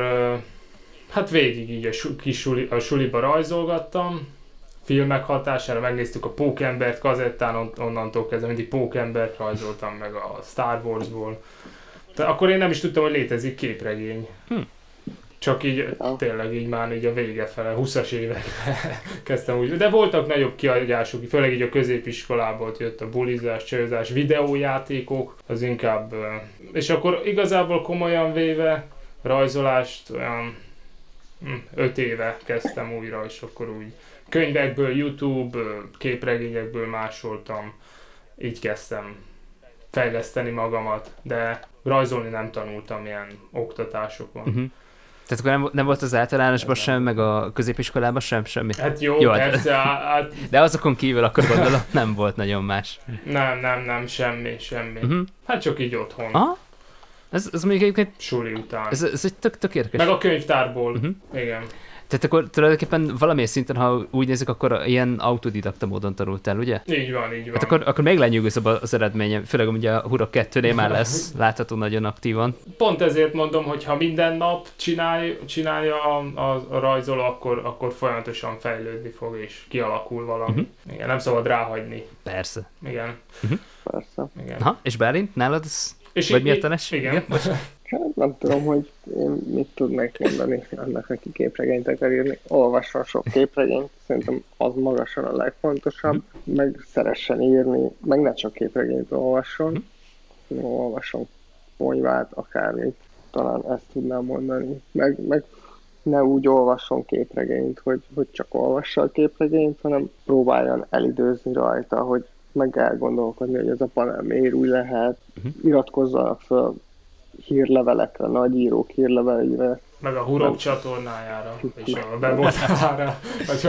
hát végig így a, kis suli, a suliba rajzolgattam, filmek hatására megnéztük a Pókembert kazettán, on, onnantól kezdve mindig Pókembert rajzoltam meg a Star Warsból. De akkor én nem is tudtam, hogy létezik képregény. Hm. Csak így, tényleg így már így a vége fele, huszas években kezdtem úgy. De voltak nagyobb kiadások, főleg így a középiskolából jött a bulizás, csajozás, videójátékok, az inkább... És akkor igazából komolyan véve rajzolást olyan öt éve kezdtem újra, és akkor úgy könyvekből, YouTube, képregényekből másoltam, így kezdtem fejleszteni magamat, de rajzolni nem tanultam ilyen oktatásokon. Uh-huh. Tehát akkor nem, nem volt az általánosban sem, nem. Meg a középiskolában sem semmi? Hát jó, jó persze. Hát... De azokon kívül akkor gondolom nem volt nagyon más. Nem, nem, nem, semmi, semmi. Uh-huh. Hát csak így otthon. Aha. Ez, ez még egyébként... Suli után. Ez, ez egy tök, tök érdekes. Meg a könyvtárból, uh-huh. Igen. Tehát akkor tulajdonképpen valamilyen szinten, ha úgy nézzük, akkor ilyen autodidakta módon tanultál, ugye? Így van, így van. Hát akkor, akkor még lenyűgözőbb az eredménye, főleg ugye a Hurok kettőnél már lesz látható nagyon aktívan. Pont ezért mondom, hogy ha minden nap csinálj, csinálja a, a, a rajzoló, akkor, akkor folyamatosan fejlődni fog és kialakul valami. Uh-huh. Igen, nem szabad ráhagyni. Persze. Igen. Uh-huh. Persze. Igen. Aha, és Bálint, nálad ez... És vagy mi a tanes? Igen. igen? Hát nem tudom, hogy én mit tudnék mondani annak, aki képregényt akar írni. Olvasson sok képregényt, szerintem az magasan a legfontosabb, mm. meg szeressen írni, meg ne csak képregényt olvasson, mm. olvasson könyvet, akármit, talán ezt tudnám mondani. Meg, meg ne úgy olvasson képregényt, hogy, hogy csak olvassa a képregényt, hanem próbáljon elidőzni rajta, hogy meg elgondolkodni, hogy ez a panel miért úgy lehet, uh-huh. iratkozzanak fel hírlevelekre, nagyírók hírlevelére. Meg a Hurok nem. csatornájára, és a weboldalra.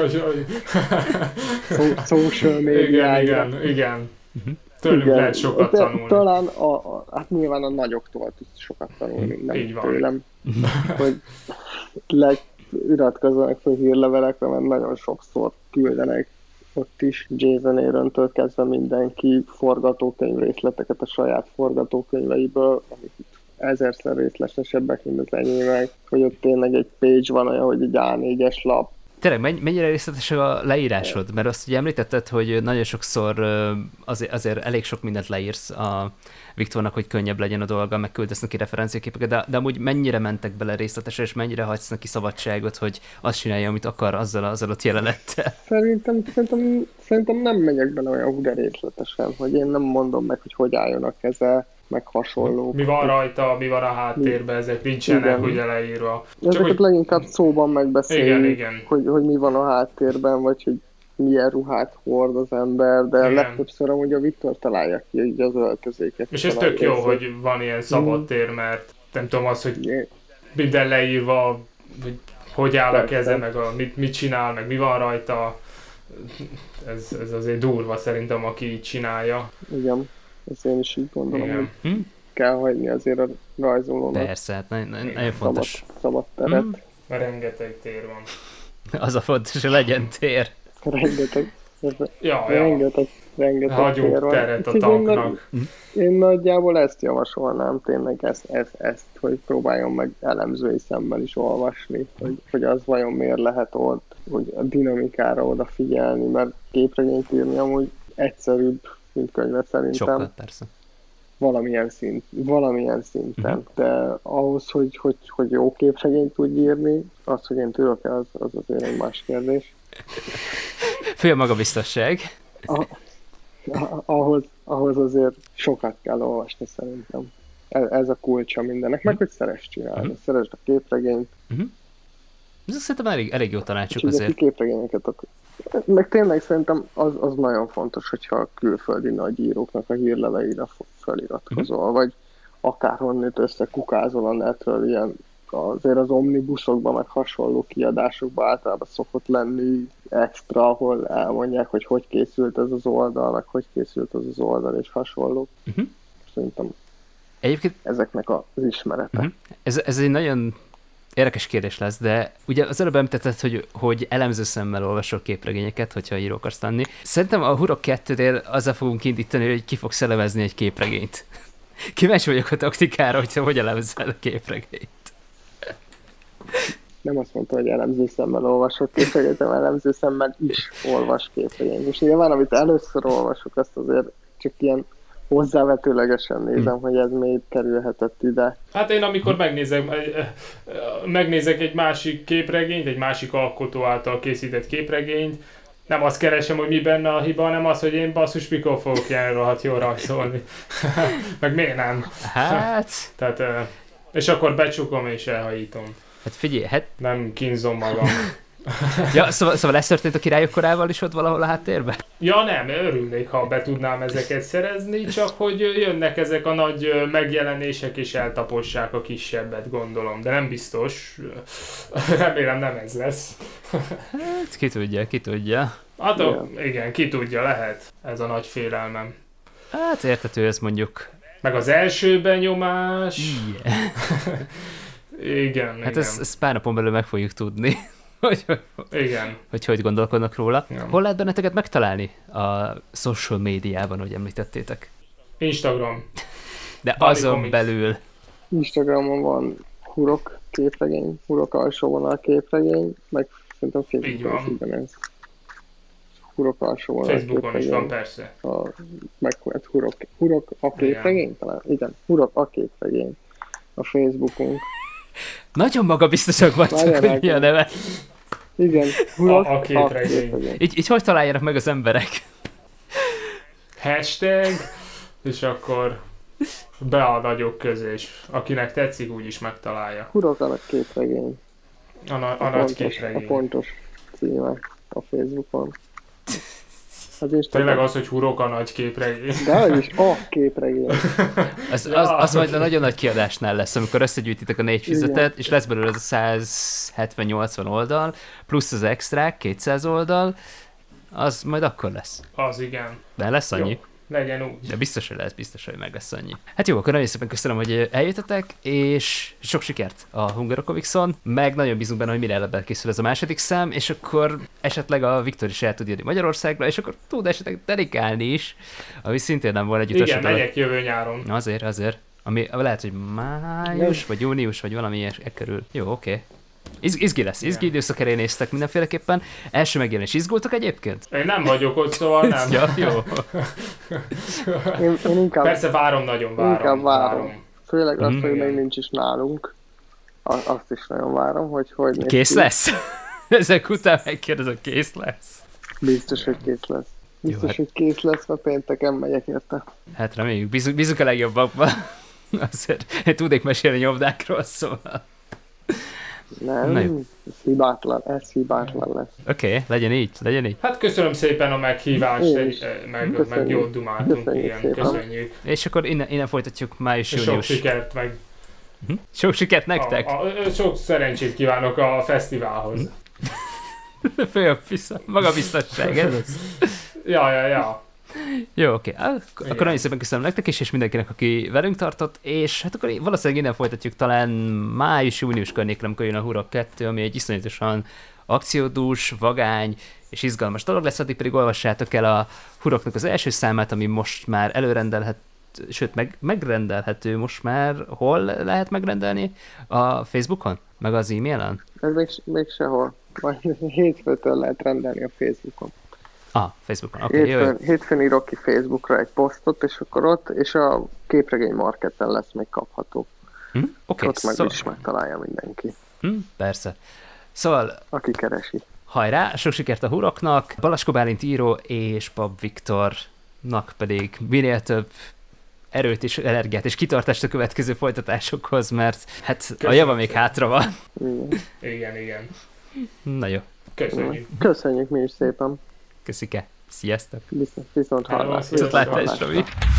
Social médiára. Igen, igen, igen. Uh-huh. Tőlünk igen. lehet sokat de tanulni. Talán, a, a, hát nyilván a nagyoktól tudsz sokat tanulni, nem így van. Tőlem. Hogy le, iratkozzanak fel hírlevelekre, mert nagyon sokszor küldenek ott is Jason Aaron-től kezdve mindenki forgatókönyv részleteket a saját forgatókönyveiből, amik ezerszer részletesebbek, mint az enyémek, hogy ott tényleg egy page van olyan, hogy egy á négyes lap. Tényleg, mennyire részletes a leírásod? Mert azt ugye említetted, hogy nagyon sokszor azért, azért elég sok mindent leírsz a Viktornak, hogy könnyebb legyen a dolga, meg küldesz neki referenciaképeket, de, de amúgy mennyire mentek bele részletesen, és mennyire hagysz neki szabadságot, hogy azt csinálja, amit akar azzal az adott jelenettel? Szerintem, szerintem, szerintem nem megyek bele olyan hú de részletesen, hogy én nem mondom meg, hogy hogy álljon a keze, meg hasonlók. Mi van rajta, mi van a háttérben, ezek nincsenek ugye leírva. Ezeket hogy... leginkább szóban megbeszéljük, igen, igen. Hogy, hogy mi van a háttérben, vagy hogy milyen ruhát hord az ember, de igen. legtöbbször amúgy a Viktor találja ki így az öltözéket. És ez tök jó, hogy van ilyen szabad tér, mert nem tudom az, hogy minden leírva, hogy hogy áll a keze, meg a, mit, mit csinál, meg mi van rajta. Ez, ez azért durva szerintem, aki így csinálja. Igen. Ezt én is így gondolom, igen. hogy hm? kell hagyni azért a rajzolónak. Persze, hát nagyon, nagyon fontos. Szabad, szabad teret. Hm? Rengeteg tér van. Az a fontos, hogy legyen tér. Rengeteg. Ja, rengeteg, rengeteg hagyunk tér van. teret a tanknak. Én, én nagyjából ezt javasolnám, tényleg ezt, ezt, ezt, hogy próbáljon meg elemzői szemben is olvasni, hogy, hogy az vajon miért lehet ott, hogy a dinamikára odafigyelni, mert képregényt írni amúgy egyszerűbb, mint könyvet szerintem. Sokkal, persze. valamilyen, szint, valamilyen szinten. Uh-huh. De ahhoz, hogy, hogy, hogy jó képregényt tudj írni, az, hogy én tudok, az, az azért egy más kérdés. Fél magabiztosság. A, a, ahhoz, ahhoz azért sokat kell olvasni szerintem. Ez, ez a kulcsa mindennek, meg hogy szeress csinálni. Uh-huh. Szeresd a képregényt. Uh-huh. Ez szerintem elég, elég jó tanácsuk azért. azért. Képregényeket akar. Meg tényleg szerintem az, az nagyon fontos, hogyha a külföldi nagyíróknak a hírleveire feliratkozol, uh-huh. vagy akárhonnét összekukázol a netről, ilyen azért az omnibuszokban, meg hasonló kiadásokban általában szokott lenni extra, ahol elmondják, hogy hogy készült ez az oldal, meg hogy készült ez az oldal, és hasonló. Uh-huh. Szerintem Egyébként... ezeknek az ismerete. Uh-huh. Ez, ez egy nagyon érdekes kérdés lesz, de ugye az előbb említetted, hogy, hogy elemző szemmel olvasol képregényeket, hogyha író akarsz lenni. Szerintem a Hurok kettőnél azzal fogunk indítani, hogy ki fogsz elemezni egy képregényt. Kíváncsi vagyok a taktikára, hogy te hogy elemzel a képregényt. Nem azt mondta, hogy elemző szemmel olvasok képregényt, hanem elemző szemmel is olvas képregényt. És nyilván, amit először olvasok, azt azért csak ilyen hozzávetőlegesen nézem, hmm. hogy ez még kerülhetett ide. Hát én amikor megnézem, megnézek egy másik képregényt, egy másik alkotó által készített képregényt, nem azt keresem, hogy mi benne a hiba, hanem az, hogy én basszus mikor fogok ilyen rohadt jól rajzolni. Meg miért nem? Hát... Tehát, és akkor becsukom és elhajítom. Hát figyelj, hát... Nem kínzom magam. Ja, szóval, szóval ez történt a Királyok korával is ott valahol a háttérben? Ja nem, örülnék, ha be tudnám ezeket szerezni, csak hogy jönnek ezek a nagy megjelenések és eltapossák a kisebbet, gondolom, de nem biztos. Remélem nem ez lesz. Hát ki tudja, ki tudja. Hát yeah. Igen, ki tudja, lehet. Ez a nagy félelmem. Hát értető ez mondjuk. Meg az első benyomás. Yeah. Igen, hát igen. ezt, ezt pár napon belül meg fogjuk tudni. Hogy, igen. Hogy hogy gondolkodnak róla. Igen. Hol lehet benneteket megtalálni a social médiában, hogy említettétek? Instagram. De azon Comics. Belül. Instagramon van Hurok képregény, Hurok alsó vonal képregény, meg szerintem Facebookon is ugyanez. Hurok alsó vonal Facebookon képregény. is van, persze. A, meg hát Hurok, Hurok a képregény igen. Talán? Igen, Hurok a képregény. A Facebookunk. Nagyon magabiztosak vagytok, hogy mi a neve. Igen, Hurok a, a képregény. Így, így hogy találjanak meg az emberek? Hashtag, és akkor be a nagyok közé, és akinek tetszik, úgyis megtalálja. Hurok a képregény. A, na, a, a, nagy pontos, képregény. A pontos címe a Facebookon. Az tényleg az, hogy Hurok a nagy képregény. De hogy is a képregény. Az, az, az majd a nagyon nagy kiadásnál lesz, amikor összegyűjtitek a négy füzetet, és lesz belőle az a száz hetven-nyolcvan oldal, plusz az extrák, kétszáz oldal, az majd akkor lesz. Az igen. De lesz annyi. Jó. Legyen úgy. De biztos, hogy lesz, biztos, hogy meg lesz annyi. Hát jó, akkor nagyon szépen köszönöm, hogy eljöttetek, és sok sikert a Hungarokomicson, meg nagyon bízunk benne, hogy mire ebben készül ez a második szám, és akkor esetleg a Viktor is el tud jönni Magyarországra, és akkor tud esetleg dedikálni is, ami szintén nem volt egy utas. Igen, megyek jövő nyáron. Azért, azért. Ami lehet, hogy május, vagy június, vagy valami ilyen e körül. Jó, oké. Okay. Iz, izgi lesz, izgi időszak elé néztek mindenféleképpen. Első megjelenés, izgultok egyébként? Én nem vagyok ott, szóval nem. Ja, jó. én, én inkább, Persze várom, nagyon várom. Inkább várom. várom. Főleg azt, mm. hogy még nincs is nálunk. Azt is nagyon várom, hogy hogy kész ki. Lesz? Ezek után megkérdezem, kész lesz? Biztos, hogy kész lesz. Biztos, jó, hát... hogy kész lesz, mert pénteken megyek érte. Hát reméljük, bízunk, bízunk a legjobbakban. Azért én tudnék mesélni nyomdákról, szóval. Nem, ez hibátlan, ez hibátlan lesz. Oké, okay, legyen így, legyen így. Hát köszönöm szépen a meghívást, egy, meg, meg jót dumáltunk, köszönjük igen, szépen. Köszönjük. És akkor innen, innen folytatjuk május-június. Sok sikert meg. Uh-huh. Sok sikert nektek. A, a, sok szerencsét kívánok a fesztiválhoz. Uh-huh. Főbb vissza, magabiztosság, ez az. Ja, ja, ja. Jó, oké. Okay. Ak- akkor nagyon szépen köszönöm nektek is, és mindenkinek, aki velünk tartott, és hát akkor valószínűleg innen folytatjuk talán május-június környékre, amikor jön a Hurok kettő, ami egy iszonyatosan akciódús, vagány és izgalmas dolog lesz, addig pedig olvassátok el a Huroknak az első számát, ami most már előrendelhető, sőt, meg, megrendelhető most már. Hol lehet megrendelni? A Facebookon? Meg az e-mailen? Ez még, még sehol. Majd hétfőtől lehet rendelni a Facebookon. Ah, Facebookon, oké, okay, hétfőn, hétfőn írok ki Facebookra egy posztot, és akkor ott, és a képregény marketen lesz még kapható. Hm? Okay, ott meg szó... is megtalálja mindenki. Hm? Persze. Szóval... Aki keresi. Hajrá, sok sikert a huroknak, Balaskó Bálint író és Pap Viktornak pedig minél több erőt és energiát és kitartást a következő folytatásokhoz, mert hát Köszönjük. A java még hátra van. Igen, igen. igen. Na jó. Köszönjük. Köszönjük mi is szépen. Köszike. Sziasztok. Viszont, viszont hallásra. Viszont látásra.